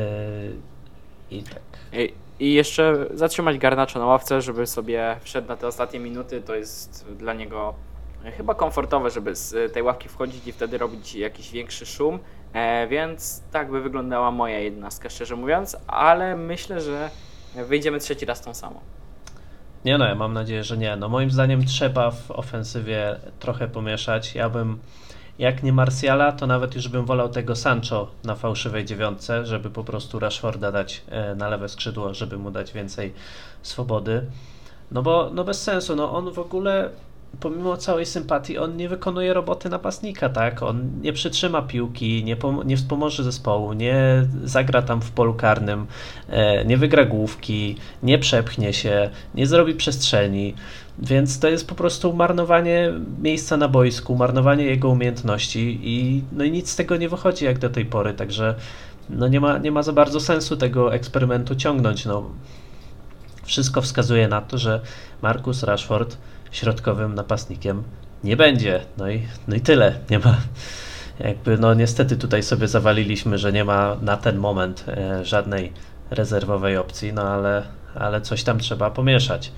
A: I tak.
B: I, I jeszcze zatrzymać Garnacho na ławce, żeby sobie wszedł na te ostatnie minuty. To jest dla niego chyba komfortowe, żeby z tej ławki wchodzić i wtedy robić jakiś większy szum. E, więc tak by wyglądała moja jedenastka, szczerze mówiąc, ale myślę, że wyjdziemy trzeci raz tą samą.
A: Nie no, ja mam nadzieję, że nie. No moim zdaniem trzeba w ofensywie trochę pomieszać. Ja bym, jak nie Martiala, to nawet już bym wolał tego Sancho na fałszywej dziewiątce, żeby po prostu Rashforda dać e, na lewe skrzydło, żeby mu dać więcej swobody. No bo no bez sensu, no on w ogóle pomimo całej sympatii, on nie wykonuje roboty napastnika, tak? On nie przytrzyma piłki, nie, pom- nie wspomoże zespołu, nie zagra tam w polu karnym, e, nie wygra główki, nie przepchnie się, nie zrobi przestrzeni, więc to jest po prostu marnowanie miejsca na boisku, marnowanie jego umiejętności i no i nic z tego nie wychodzi jak do tej pory, także no nie ma, nie ma za bardzo sensu tego eksperymentu ciągnąć, no. Wszystko wskazuje na to, że Marcus Rashford środkowym napastnikiem nie będzie. No i, no i tyle. Nie ma. Jakby, no niestety tutaj sobie zawaliliśmy, że nie ma na ten moment e, żadnej rezerwowej opcji, no ale, ale coś tam trzeba pomieszać.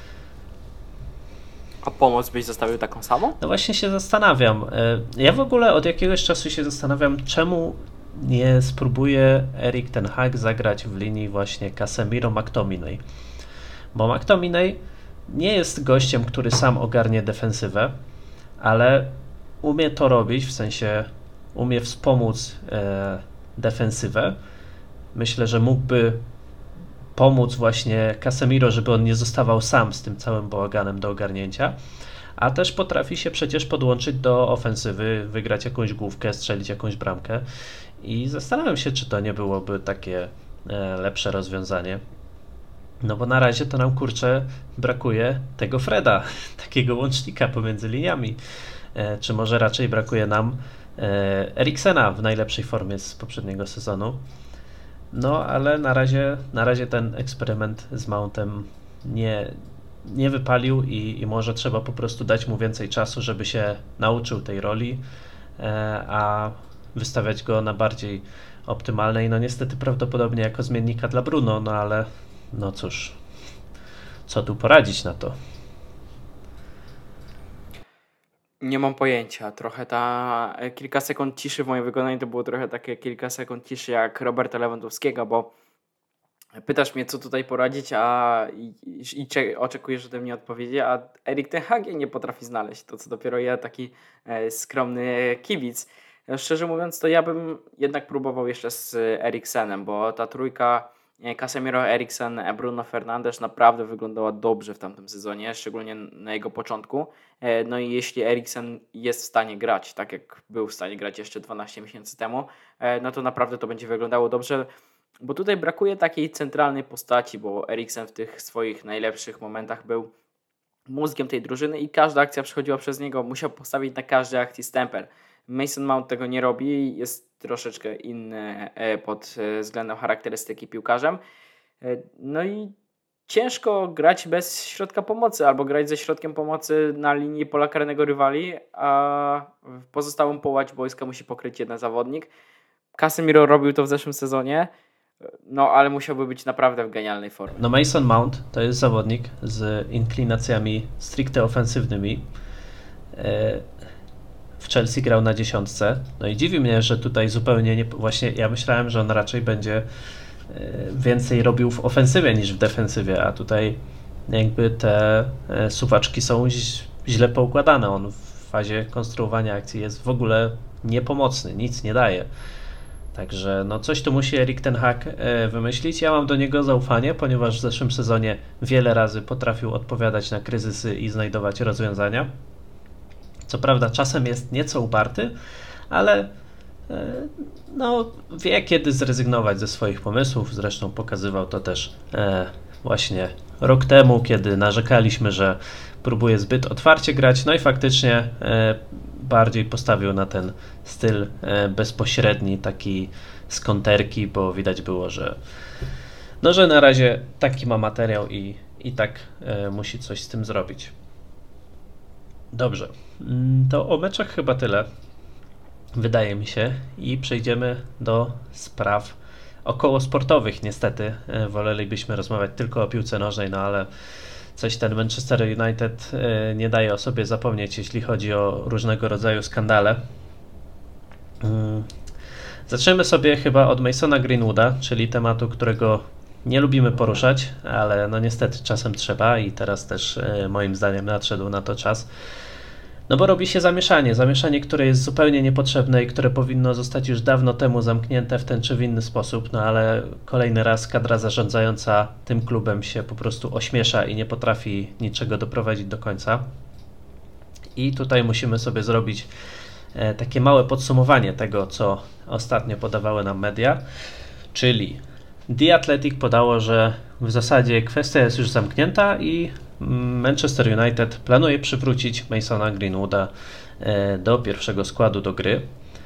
B: A pomoc byś zostawił taką samą?
A: No właśnie się zastanawiam. E, ja w ogóle od jakiegoś czasu się zastanawiam, czemu nie spróbuje Erik ten Hag zagrać w linii właśnie Casemiro-McTominay. Bo McTominay nie jest gościem, który sam ogarnie defensywę, ale umie to robić, w sensie umie wspomóc e, defensywę. Myślę, że mógłby pomóc właśnie Casemiro, żeby on nie zostawał sam z tym całym bałaganem do ogarnięcia, a też potrafi się przecież podłączyć do ofensywy, wygrać jakąś główkę, strzelić jakąś bramkę i zastanawiam się, czy to nie byłoby takie e, lepsze rozwiązanie. No bo na razie to nam, kurczę, brakuje tego Freda, takiego łącznika pomiędzy liniami. E, czy może raczej brakuje nam e, Eriksena w najlepszej formie z poprzedniego sezonu. No ale na razie, na razie ten eksperyment z Mountem nie, nie wypalił i, i może trzeba po prostu dać mu więcej czasu, żeby się nauczył tej roli, e, a wystawiać go na bardziej optymalnej, no niestety prawdopodobnie jako zmiennika dla Bruno, no ale no cóż, co tu poradzić na to?
B: Nie mam pojęcia. Trochę ta e, kilka sekund ciszy w moim wykonaniu to było trochę takie kilka sekund ciszy jak Roberta Lewandowskiego, bo pytasz mnie, co tutaj poradzić, a i, i, i cze- oczekujesz ode mnie odpowiedzi, a Erik ten Hag nie potrafi znaleźć. To co dopiero ja, taki e, skromny kibic. E, Szczerze mówiąc, to ja bym jednak próbował jeszcze z Eriksenem, bo ta trójka e, Casemiro, Eriksen, e, Bruno Fernandes naprawdę wyglądała dobrze w tamtym sezonie, szczególnie na jego początku. E, No i jeśli Eriksen jest w stanie grać, tak jak był w stanie grać jeszcze dwanaście miesięcy temu, e, no to naprawdę to będzie wyglądało dobrze. Bo tutaj brakuje takiej centralnej postaci, bo Eriksen w tych swoich najlepszych momentach był mózgiem tej drużyny i każda akcja przechodziła przez niego, musiał postawić na każdej akcji stempel. Mason Mount tego nie robi, jest troszeczkę inny e, pod e, względem charakterystyki piłkarzem. E, No i ciężko grać bez środka pomocy albo grać ze środkiem pomocy na linii pola karnego rywali, a w pozostałą połać boiska musi pokryć jeden zawodnik. Casemiro robił to w zeszłym sezonie, no ale musiałby być naprawdę w genialnej formie.
A: No Mason Mount to jest zawodnik z inklinacjami stricte ofensywnymi. E, W Chelsea grał na dziesiątce. No i dziwi mnie, że tutaj zupełnie nie... Właśnie ja myślałem, że on raczej będzie e, więcej robił w ofensywie niż w defensywie, a tutaj jakby te e, suwaczki są ź- źle poukładane. On w fazie konstruowania akcji jest w ogóle niepomocny, nic nie daje. Także no coś tu musi Erik ten Hag e, wymyślić. Ja mam do niego zaufanie, ponieważ w zeszłym sezonie wiele razy potrafił odpowiadać na kryzysy i znajdować rozwiązania. Co prawda czasem jest nieco uparty, ale e, no, wie kiedy zrezygnować ze swoich pomysłów. Zresztą pokazywał to też e, właśnie rok temu, kiedy narzekaliśmy, że próbuje zbyt otwarcie grać. No i faktycznie e, bardziej postawił na ten styl e, bezpośredni, taki z konterki, bo widać było, że no, że na razie taki ma materiał i, i tak e, musi coś z tym zrobić. Dobrze, Mm, to o meczach chyba tyle, wydaje mi się, i przejdziemy do spraw około sportowych. Niestety e, wolelibyśmy rozmawiać tylko o piłce nożnej, no ale coś ten Manchester United e, nie daje o sobie zapomnieć, jeśli chodzi o różnego rodzaju skandale. Mm, Zaczniemy sobie chyba od Masona Greenwooda, czyli tematu, którego nie lubimy poruszać, ale no niestety czasem trzeba i teraz też e, moim zdaniem nadszedł na to czas. No bo robi się zamieszanie, zamieszanie, które jest zupełnie niepotrzebne i które powinno zostać już dawno temu zamknięte w ten czy w inny sposób, no ale kolejny raz kadra zarządzająca tym klubem się po prostu ośmiesza i nie potrafi niczego doprowadzić do końca. I tutaj musimy sobie zrobić e, takie małe podsumowanie tego, co ostatnio podawały nam media, czyli The Athletic podało, że w zasadzie kwestia jest już zamknięta i Manchester United planuje przywrócić Masona Greenwooda do pierwszego składu do gry.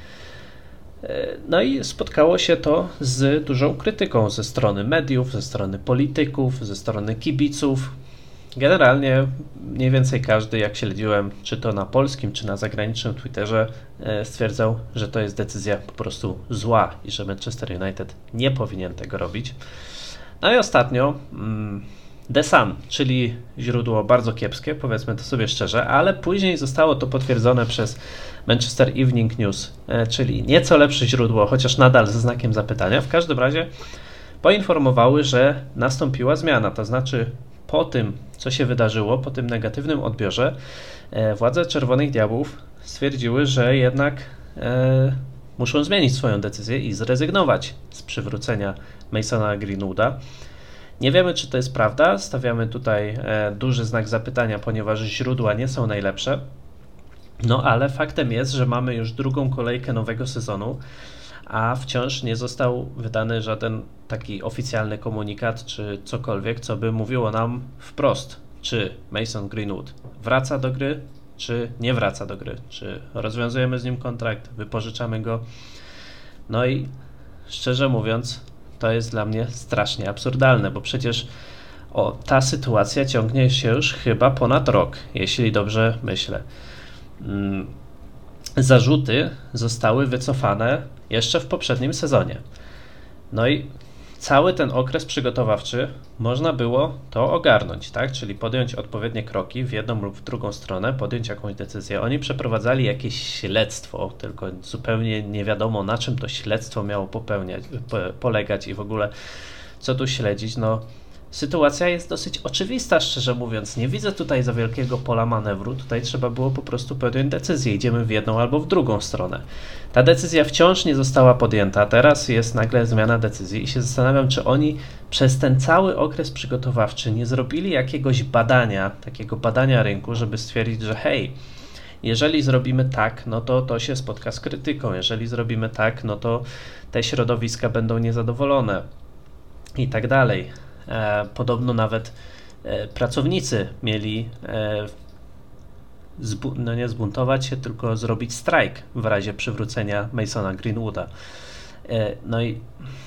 A: No i spotkało się to z dużą krytyką ze strony mediów, ze strony polityków, ze strony kibiców. Generalnie mniej więcej każdy, jak śledziłem, czy to na polskim, czy na zagranicznym Twitterze, stwierdzał, że to jest decyzja po prostu zła i że Manchester United nie powinien tego robić. No i ostatnio The Sun, czyli źródło bardzo kiepskie, powiedzmy to sobie szczerze, ale później zostało to potwierdzone przez Manchester Evening News, czyli nieco lepsze źródło, chociaż nadal ze znakiem zapytania. W każdym razie poinformowały, że nastąpiła zmiana, to znaczy po tym, co się wydarzyło, po tym negatywnym odbiorze, władze Czerwonych Diabłów stwierdziły, że jednak e, muszą zmienić swoją decyzję i zrezygnować z przywrócenia Masona Greenwooda. Nie wiemy, czy to jest prawda, stawiamy tutaj e, duży znak zapytania, ponieważ źródła nie są najlepsze, no ale faktem jest, że mamy już drugą kolejkę nowego sezonu, a wciąż nie został wydany żaden taki oficjalny komunikat, czy cokolwiek, co by mówiło nam wprost, czy Mason Greenwood wraca do gry, czy nie wraca do gry, czy rozwiązujemy z nim kontrakt, wypożyczamy go. No i szczerze mówiąc, to jest dla mnie strasznie absurdalne, bo przecież o, ta sytuacja ciągnie się już chyba ponad rok, jeśli dobrze myślę. Mm, zarzuty zostały wycofane jeszcze w poprzednim sezonie. No i cały ten okres przygotowawczy można było to ogarnąć, tak? Czyli podjąć odpowiednie kroki w jedną lub w drugą stronę, podjąć jakąś decyzję. Oni przeprowadzali jakieś śledztwo, tylko zupełnie nie wiadomo, na czym to śledztwo miało popełniać, polegać i w ogóle co tu śledzić. No, sytuacja jest dosyć oczywista, szczerze mówiąc. Nie widzę tutaj za wielkiego pola manewru. Tutaj trzeba było po prostu podjąć decyzję. Idziemy w jedną albo w drugą stronę. Ta decyzja wciąż nie została podjęta. Teraz jest nagle zmiana decyzji i się zastanawiam, czy oni przez ten cały okres przygotowawczy nie zrobili jakiegoś badania, takiego badania rynku, żeby stwierdzić, że hej, jeżeli zrobimy tak, no to to się spotka z krytyką. Jeżeli zrobimy tak, no to te środowiska będą niezadowolone i tak dalej. E, podobno nawet e, pracownicy mieli e, zbu- no nie zbuntować się, tylko zrobić strajk w razie przywrócenia Masona Greenwooda. E, no i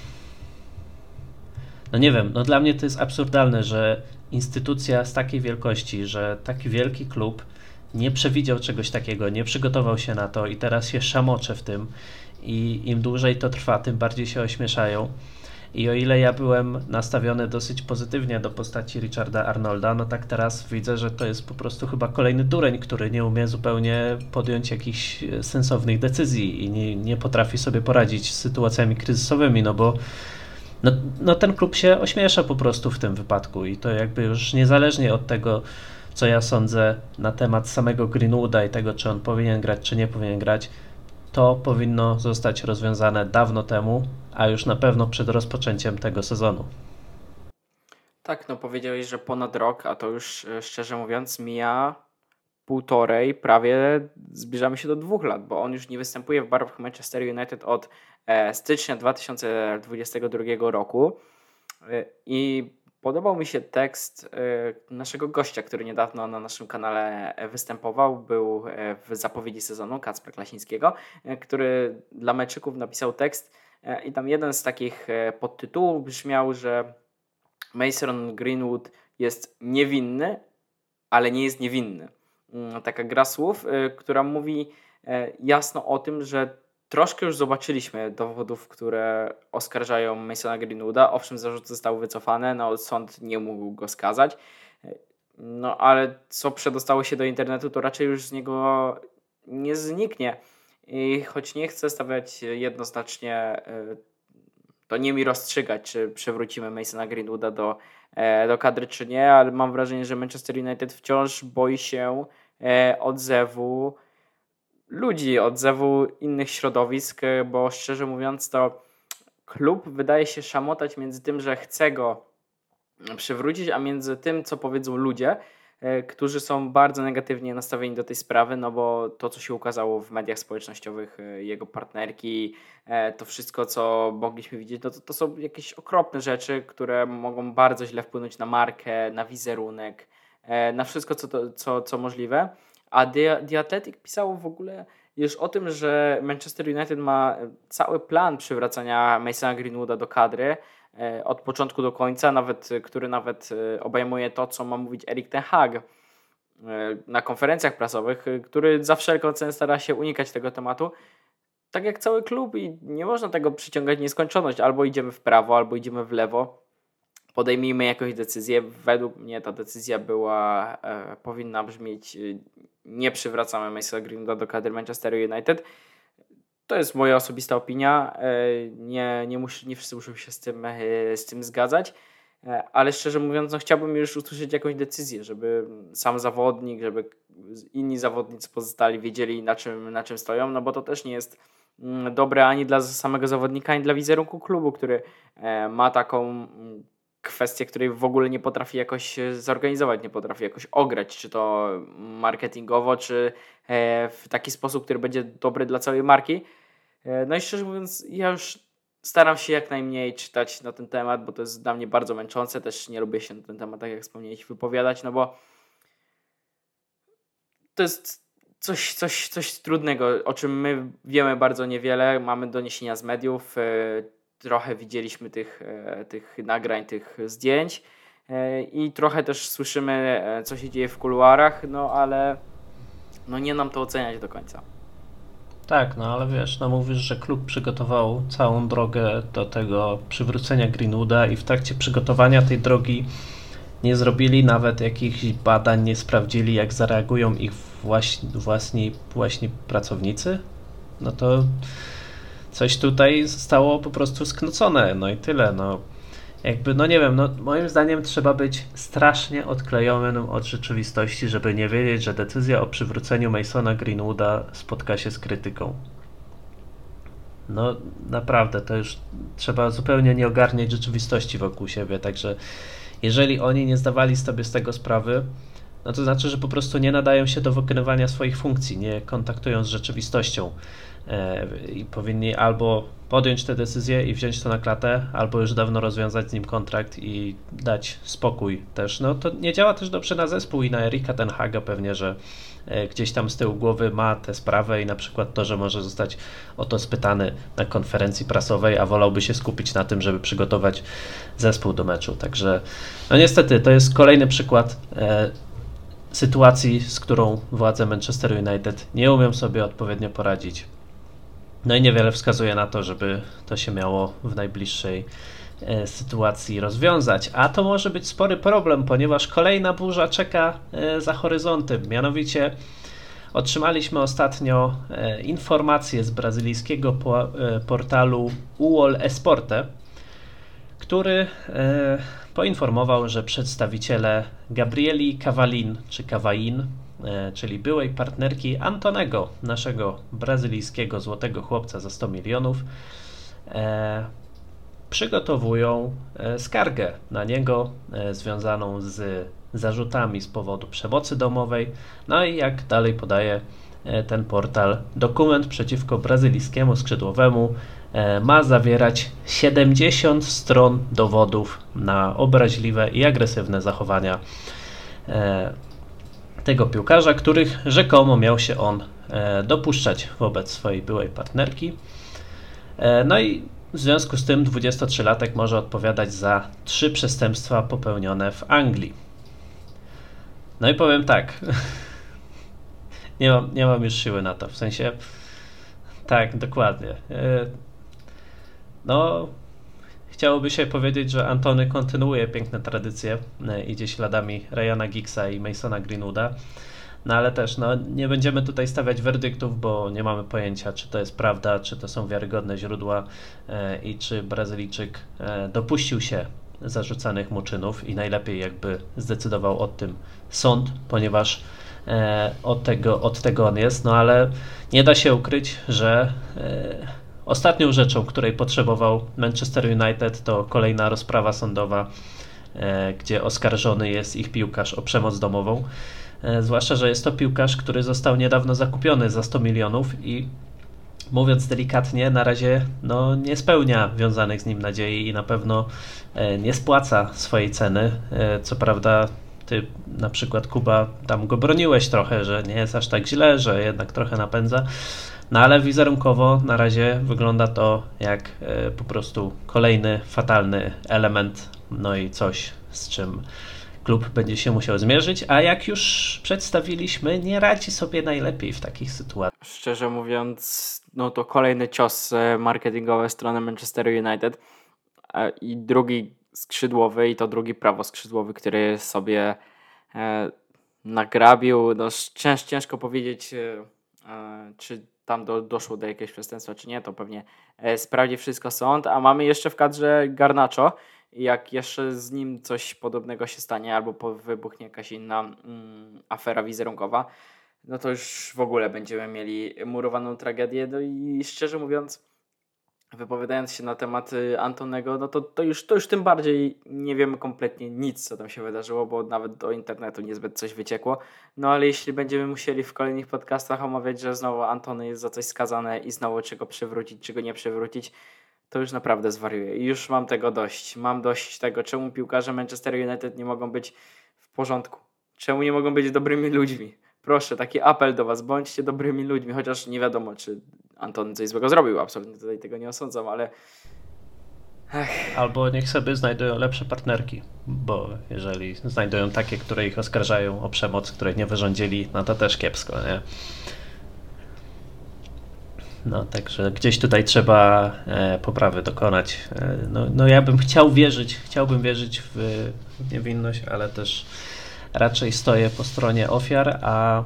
A: no nie wiem, no dla mnie to jest absurdalne, że instytucja z takiej wielkości, że taki wielki klub nie przewidział czegoś takiego, nie przygotował się na to i teraz się szamocze w tym i im dłużej to trwa, tym bardziej się ośmieszają. I o ile ja byłem nastawiony dosyć pozytywnie do postaci Richarda Arnolda, no tak teraz widzę, że to jest po prostu chyba kolejny dureń, który nie umie zupełnie podjąć jakichś sensownych decyzji i nie, nie potrafi sobie poradzić z sytuacjami kryzysowymi, no bo no, no ten klub się ośmiesza po prostu w tym wypadku i to jakby już niezależnie od tego, co ja sądzę na temat samego Greenwooda i tego, czy on powinien grać, czy nie powinien grać, to powinno zostać rozwiązane dawno temu, a już na pewno przed rozpoczęciem tego sezonu.
B: Tak, no powiedziałeś, że ponad rok, a to już e, szczerze mówiąc mija półtorej, prawie zbliżamy się do dwóch lat, bo on już nie występuje w barwach Manchester United od e, stycznia dwa tysiące dwudziestego drugiego roku e, i podobał mi się tekst e, naszego gościa, który niedawno na naszym kanale e, występował, był e, w zapowiedzi sezonu Kacpra Klasińskiego, e, który dla meczyków napisał tekst e, i tam jeden z takich e, podtytułów brzmiał, że Mason Greenwood jest niewinny, ale nie jest niewinny. Taka gra słów, która mówi jasno o tym, że troszkę już zobaczyliśmy dowodów, które oskarżają Masona Greenwooda. Owszem, zarzuty zostały wycofane, no sąd nie mógł go skazać. No ale co przedostało się do internetu, to raczej już z niego nie zniknie. I choć nie chcę stawiać jednoznacznie, to nie mi rozstrzygać, czy przywrócimy Masona Greenwooda do, do kadry, czy nie, ale mam wrażenie, że Manchester United wciąż boi się odzewu ludzi, odzewu innych środowisk, bo szczerze mówiąc to klub wydaje się szamotać między tym, że chce go przywrócić, a między tym, co powiedzą ludzie, którzy są bardzo negatywnie nastawieni do tej sprawy, no bo to, co się ukazało w mediach społecznościowych, jego partnerki, to wszystko, co mogliśmy widzieć, no to, to są jakieś okropne rzeczy, które mogą bardzo źle wpłynąć na markę, na wizerunek, na wszystko, co, to, co, co możliwe. A The, The Athletic pisało w ogóle już o tym, że Manchester United ma cały plan przywracania Masona Greenwooda do kadry od początku do końca, nawet, który nawet obejmuje to, co ma mówić Erik ten Hag na konferencjach prasowych, który za wszelką cenę stara się unikać tego tematu. Tak jak cały klub i nie można tego przyciągać w nieskończoność. Albo idziemy w prawo, albo idziemy w lewo. Podejmijmy jakąś decyzję. Według mnie ta decyzja była, e, powinna brzmieć: nie przywracamy Masona Greenwooda do kadry Manchester United. To jest moja osobista opinia. E, nie, nie, mus, nie wszyscy muszą się z tym, e, z tym zgadzać. E, ale szczerze mówiąc, no, chciałbym już usłyszeć jakąś decyzję, żeby sam zawodnik, żeby inni zawodnicy pozostali wiedzieli, na czym, na czym stoją, no bo to też nie jest mm, dobre ani dla samego zawodnika, ani dla wizerunku klubu, który e, ma taką mm, kwestię, której w ogóle nie potrafi jakoś zorganizować, nie potrafi jakoś ograć, czy to marketingowo, czy w taki sposób, który będzie dobry dla całej marki. No i szczerze mówiąc, ja już staram się jak najmniej czytać na ten temat, bo to jest dla mnie bardzo męczące, też nie lubię się na ten temat, tak jak wspomniałeś, wypowiadać, no bo to jest coś, coś, coś trudnego, o czym my wiemy bardzo niewiele, mamy doniesienia z mediów, trochę widzieliśmy tych, tych nagrań, tych zdjęć i trochę też słyszymy, co się dzieje w kuluarach, no ale no nie nam to oceniać do końca.
A: Tak, no ale wiesz, no mówisz, że klub przygotował całą drogę do tego przywrócenia Greenwooda i w trakcie przygotowania tej drogi nie zrobili nawet jakichś badań, nie sprawdzili, jak zareagują ich właśnie, własni, właśnie pracownicy. No to coś tutaj zostało po prostu sknocone, no i tyle, no. Jakby, no nie wiem, no moim zdaniem trzeba być strasznie odklejonym od rzeczywistości, żeby nie wiedzieć, że decyzja o przywróceniu Masona Greenwooda spotka się z krytyką. No naprawdę, to już trzeba zupełnie nie ogarniać rzeczywistości wokół siebie, także jeżeli oni nie zdawali sobie z tego sprawy, no to znaczy, że po prostu nie nadają się do wykonywania swoich funkcji, nie kontaktują z rzeczywistością e, i powinni albo podjąć tę decyzję i wziąć to na klatę, albo już dawno rozwiązać z nim kontrakt i dać spokój też. No to nie działa też dobrze na zespół i na Erika ten Haga pewnie, że e, gdzieś tam z tyłu głowy ma tę sprawę i na przykład to, że może zostać o to spytany na konferencji prasowej, a wolałby się skupić na tym, żeby przygotować zespół do meczu. Także no niestety to jest kolejny przykład e, sytuacji, z którą władze Manchester United nie umią sobie odpowiednio poradzić. No i niewiele wskazuje na to, żeby to się miało w najbliższej e, sytuacji rozwiązać. A to może być spory problem, ponieważ kolejna burza czeka e, za horyzontem. Mianowicie otrzymaliśmy ostatnio e, informację z brazylijskiego po, e, portalu U O L Esporte, który e, poinformował, że przedstawiciele Gabrieli Cavallin, czy Cavain, e, czyli byłej partnerki Antonego, naszego brazylijskiego złotego chłopca za sto milionów, e, przygotowują e, skargę na niego e, związaną z zarzutami z powodu przemocy domowej. No i jak dalej podaje e, ten portal, dokument przeciwko brazylijskiemu skrzydłowemu ma zawierać siedemdziesiąt stron dowodów na obraźliwe i agresywne zachowania tego piłkarza, których rzekomo miał się on dopuszczać wobec swojej byłej partnerki. No i w związku z tym dwudziestotrzylatek może odpowiadać za trzy przestępstwa popełnione w Anglii. No i powiem tak, nie mam, nie mam już siły na to, w sensie tak, dokładnie. No, chciałoby się powiedzieć, że Antony kontynuuje piękne tradycje, idzie śladami Ryana Giggsa i Masona Greenwooda, no ale też no, nie będziemy tutaj stawiać werdyktów, bo nie mamy pojęcia, czy to jest prawda, czy to są wiarygodne źródła e, i czy Brazylijczyk e, dopuścił się zarzucanych mu czynów i najlepiej jakby zdecydował o tym sąd, ponieważ e, od, tego, od tego on jest, no ale nie da się ukryć, że e, ostatnią rzeczą, której potrzebował Manchester United, to kolejna rozprawa sądowa, e, gdzie oskarżony jest ich piłkarz o przemoc domową. E, zwłaszcza, że jest to piłkarz, który został niedawno zakupiony za sto milionów i mówiąc delikatnie, na razie no, nie spełnia wiązanych z nim nadziei i na pewno e, nie spłaca swojej ceny. E, co prawda ty na przykład, Kuba, tam go broniłeś trochę, że nie jest aż tak źle, że jednak trochę napędza. No ale wizerunkowo na razie wygląda to jak e, po prostu kolejny fatalny element, no i coś, z czym klub będzie się musiał zmierzyć, a jak już przedstawiliśmy, nie radzi sobie najlepiej w takich sytuacjach.
B: Szczerze mówiąc, no to kolejny cios marketingowy strony Manchester United i drugi skrzydłowy, i to drugi prawoskrzydłowy, który sobie e, nagrabił. No, cięż, ciężko powiedzieć, e, czy tam do, doszło do jakiegoś przestępstwa, czy nie, to pewnie e, sprawdzi wszystko sąd, a mamy jeszcze w kadrze Garnacho. Jak jeszcze z nim coś podobnego się stanie, albo po, wybuchnie jakaś inna mm, afera wizerunkowa, no to już w ogóle będziemy mieli murowaną tragedię. No i szczerze mówiąc, wypowiadając się na temat Antonego, no to, to, już, to już tym bardziej nie wiemy kompletnie nic, co tam się wydarzyło, bo nawet do internetu niezbyt coś wyciekło. No ale jeśli będziemy musieli w kolejnych podcastach omawiać, że znowu Antony jest za coś skazany i znowu czego przywrócić, czego nie przywrócić, to już naprawdę zwariuję. I już mam tego dość. Mam dość tego, czemu piłkarze Manchester United nie mogą być w porządku. Czemu nie mogą być dobrymi ludźmi. Proszę, taki apel do was, bądźcie dobrymi ludźmi, chociaż nie wiadomo, czy Antony coś złego zrobił, absolutnie tutaj tego nie osądzam, ale... Ech.
A: Albo niech sobie znajdują lepsze partnerki, bo jeżeli znajdują takie, które ich oskarżają o przemoc, której nie wyrządzili, no to też kiepsko, nie? No, także gdzieś tutaj trzeba e, poprawy dokonać. E, no, no ja bym chciał wierzyć, chciałbym wierzyć w, w niewinność, ale też raczej stoję po stronie ofiar, a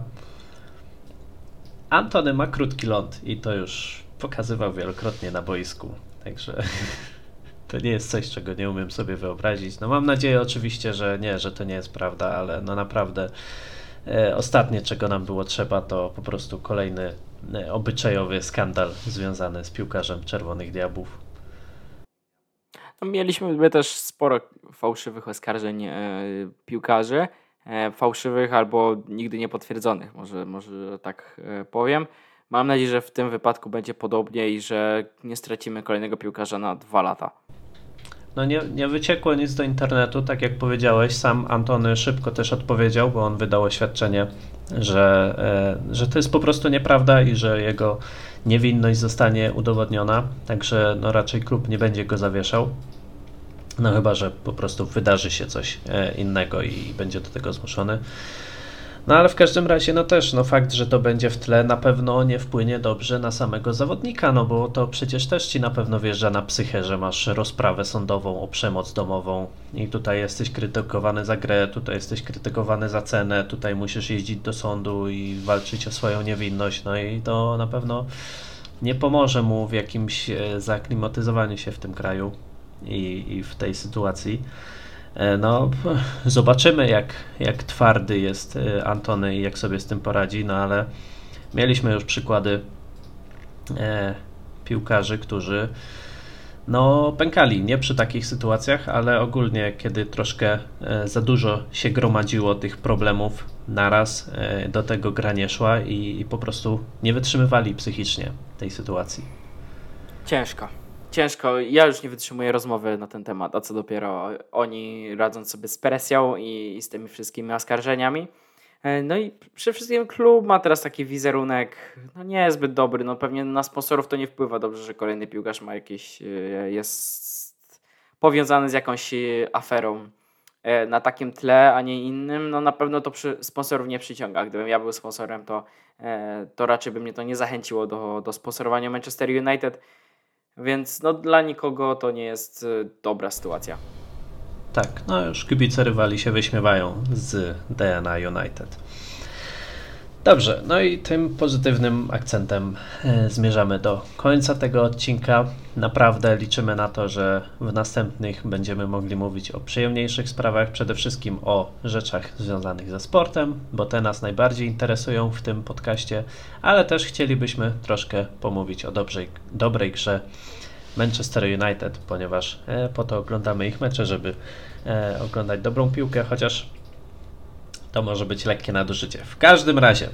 A: Antony ma krótki ląd i to już pokazywał wielokrotnie na boisku. Także to nie jest coś, czego nie umiem sobie wyobrazić. No mam nadzieję oczywiście, że nie, że to nie jest prawda, ale no naprawdę e, ostatnie, czego nam było trzeba, to po prostu kolejny e, obyczajowy skandal związany z piłkarzem Czerwonych Diabłów.
B: No, mieliśmy my też sporo fałszywych oskarżeń e, piłkarzy, e, fałszywych albo nigdy nie potwierdzonych, może, może tak e, powiem. Mam nadzieję, że w tym wypadku będzie podobnie i że nie stracimy kolejnego piłkarza na dwa lata.
A: No nie, nie wyciekło nic do internetu, tak jak powiedziałeś, sam Antony szybko też odpowiedział, bo on wydał oświadczenie, że, e, że to jest po prostu nieprawda i że jego niewinność zostanie udowodniona, także no raczej klub nie będzie go zawieszał, no chyba że po prostu wydarzy się coś e, innego i będzie do tego zmuszony. No ale w każdym razie no też no fakt, że to będzie w tle na pewno nie wpłynie dobrze na samego zawodnika, no bo to przecież też ci na pewno wjeżdża na psychę, że masz rozprawę sądową o przemoc domową i tutaj jesteś krytykowany za grę, tutaj jesteś krytykowany za cenę, tutaj musisz jeździć do sądu i walczyć o swoją niewinność, no i to na pewno nie pomoże mu w jakimś e, zaaklimatyzowaniu się w tym kraju i, i w tej sytuacji. No, zobaczymy jak, jak twardy jest Antony i jak sobie z tym poradzi, no ale mieliśmy już przykłady e, piłkarzy, którzy no pękali, nie przy takich sytuacjach, ale ogólnie kiedy troszkę e, za dużo się gromadziło tych problemów naraz, e, do tego gra nie szła i, i po prostu nie wytrzymywali psychicznie tej sytuacji.
B: Ciężko. Ciężko, ja już nie wytrzymuję rozmowy na ten temat, a co dopiero oni radząc sobie z presją i, i z tymi wszystkimi oskarżeniami. No i przede wszystkim klub ma teraz taki wizerunek, no nie jest zbyt dobry, no pewnie na sponsorów to nie wpływa dobrze, że kolejny piłkarz ma jakieś, jest powiązany z jakąś aferą na takim tle, a nie innym, no na pewno to przy, sponsorów nie przyciąga. Gdybym ja był sponsorem, to, to raczej by mnie to nie zachęciło do, do sponsorowania Manchester United. Więc no, dla nikogo to nie jest y, dobra sytuacja.
A: Tak, no już kibice rywali się wyśmiewają z D N A United. Dobrze, no i tym pozytywnym akcentem e, zmierzamy do końca tego odcinka. Naprawdę liczymy na to, że w następnych będziemy mogli mówić o przyjemniejszych sprawach, przede wszystkim o rzeczach związanych ze sportem, bo te nas najbardziej interesują w tym podcaście, ale też chcielibyśmy troszkę pomówić o dobrej, dobrej grze Manchester United, ponieważ e, po to oglądamy ich mecze, żeby e, oglądać dobrą piłkę, chociaż to może być lekkie nadużycie. W każdym razie,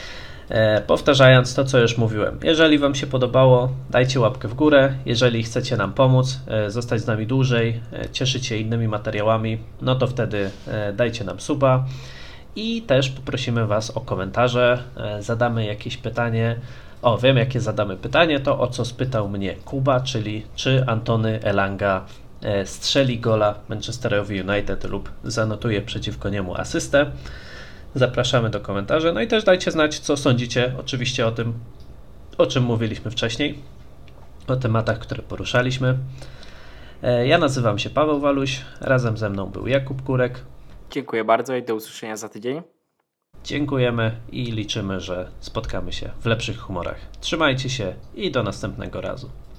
A: e, powtarzając to, co już mówiłem, jeżeli Wam się podobało, dajcie łapkę w górę. Jeżeli chcecie nam pomóc, e, zostać z nami dłużej, e, cieszyć się innymi materiałami, no to wtedy e, dajcie nam suba. I też poprosimy Was o komentarze, e, zadamy jakieś pytanie. O, wiem jakie zadamy pytanie, to o co spytał mnie Kuba, czyli czy Antony Elanga strzeli gola Manchesterowi United lub zanotuje przeciwko niemu asystę. Zapraszamy do komentarzy. No i też dajcie znać, co sądzicie oczywiście o tym, o czym mówiliśmy wcześniej, o tematach, które poruszaliśmy. Ja nazywam się Paweł Waluś, razem ze mną był Jakub Kurek.
B: Dziękuję bardzo i do usłyszenia za tydzień.
A: Dziękujemy i liczymy, że spotkamy się w lepszych humorach. Trzymajcie się i do następnego razu.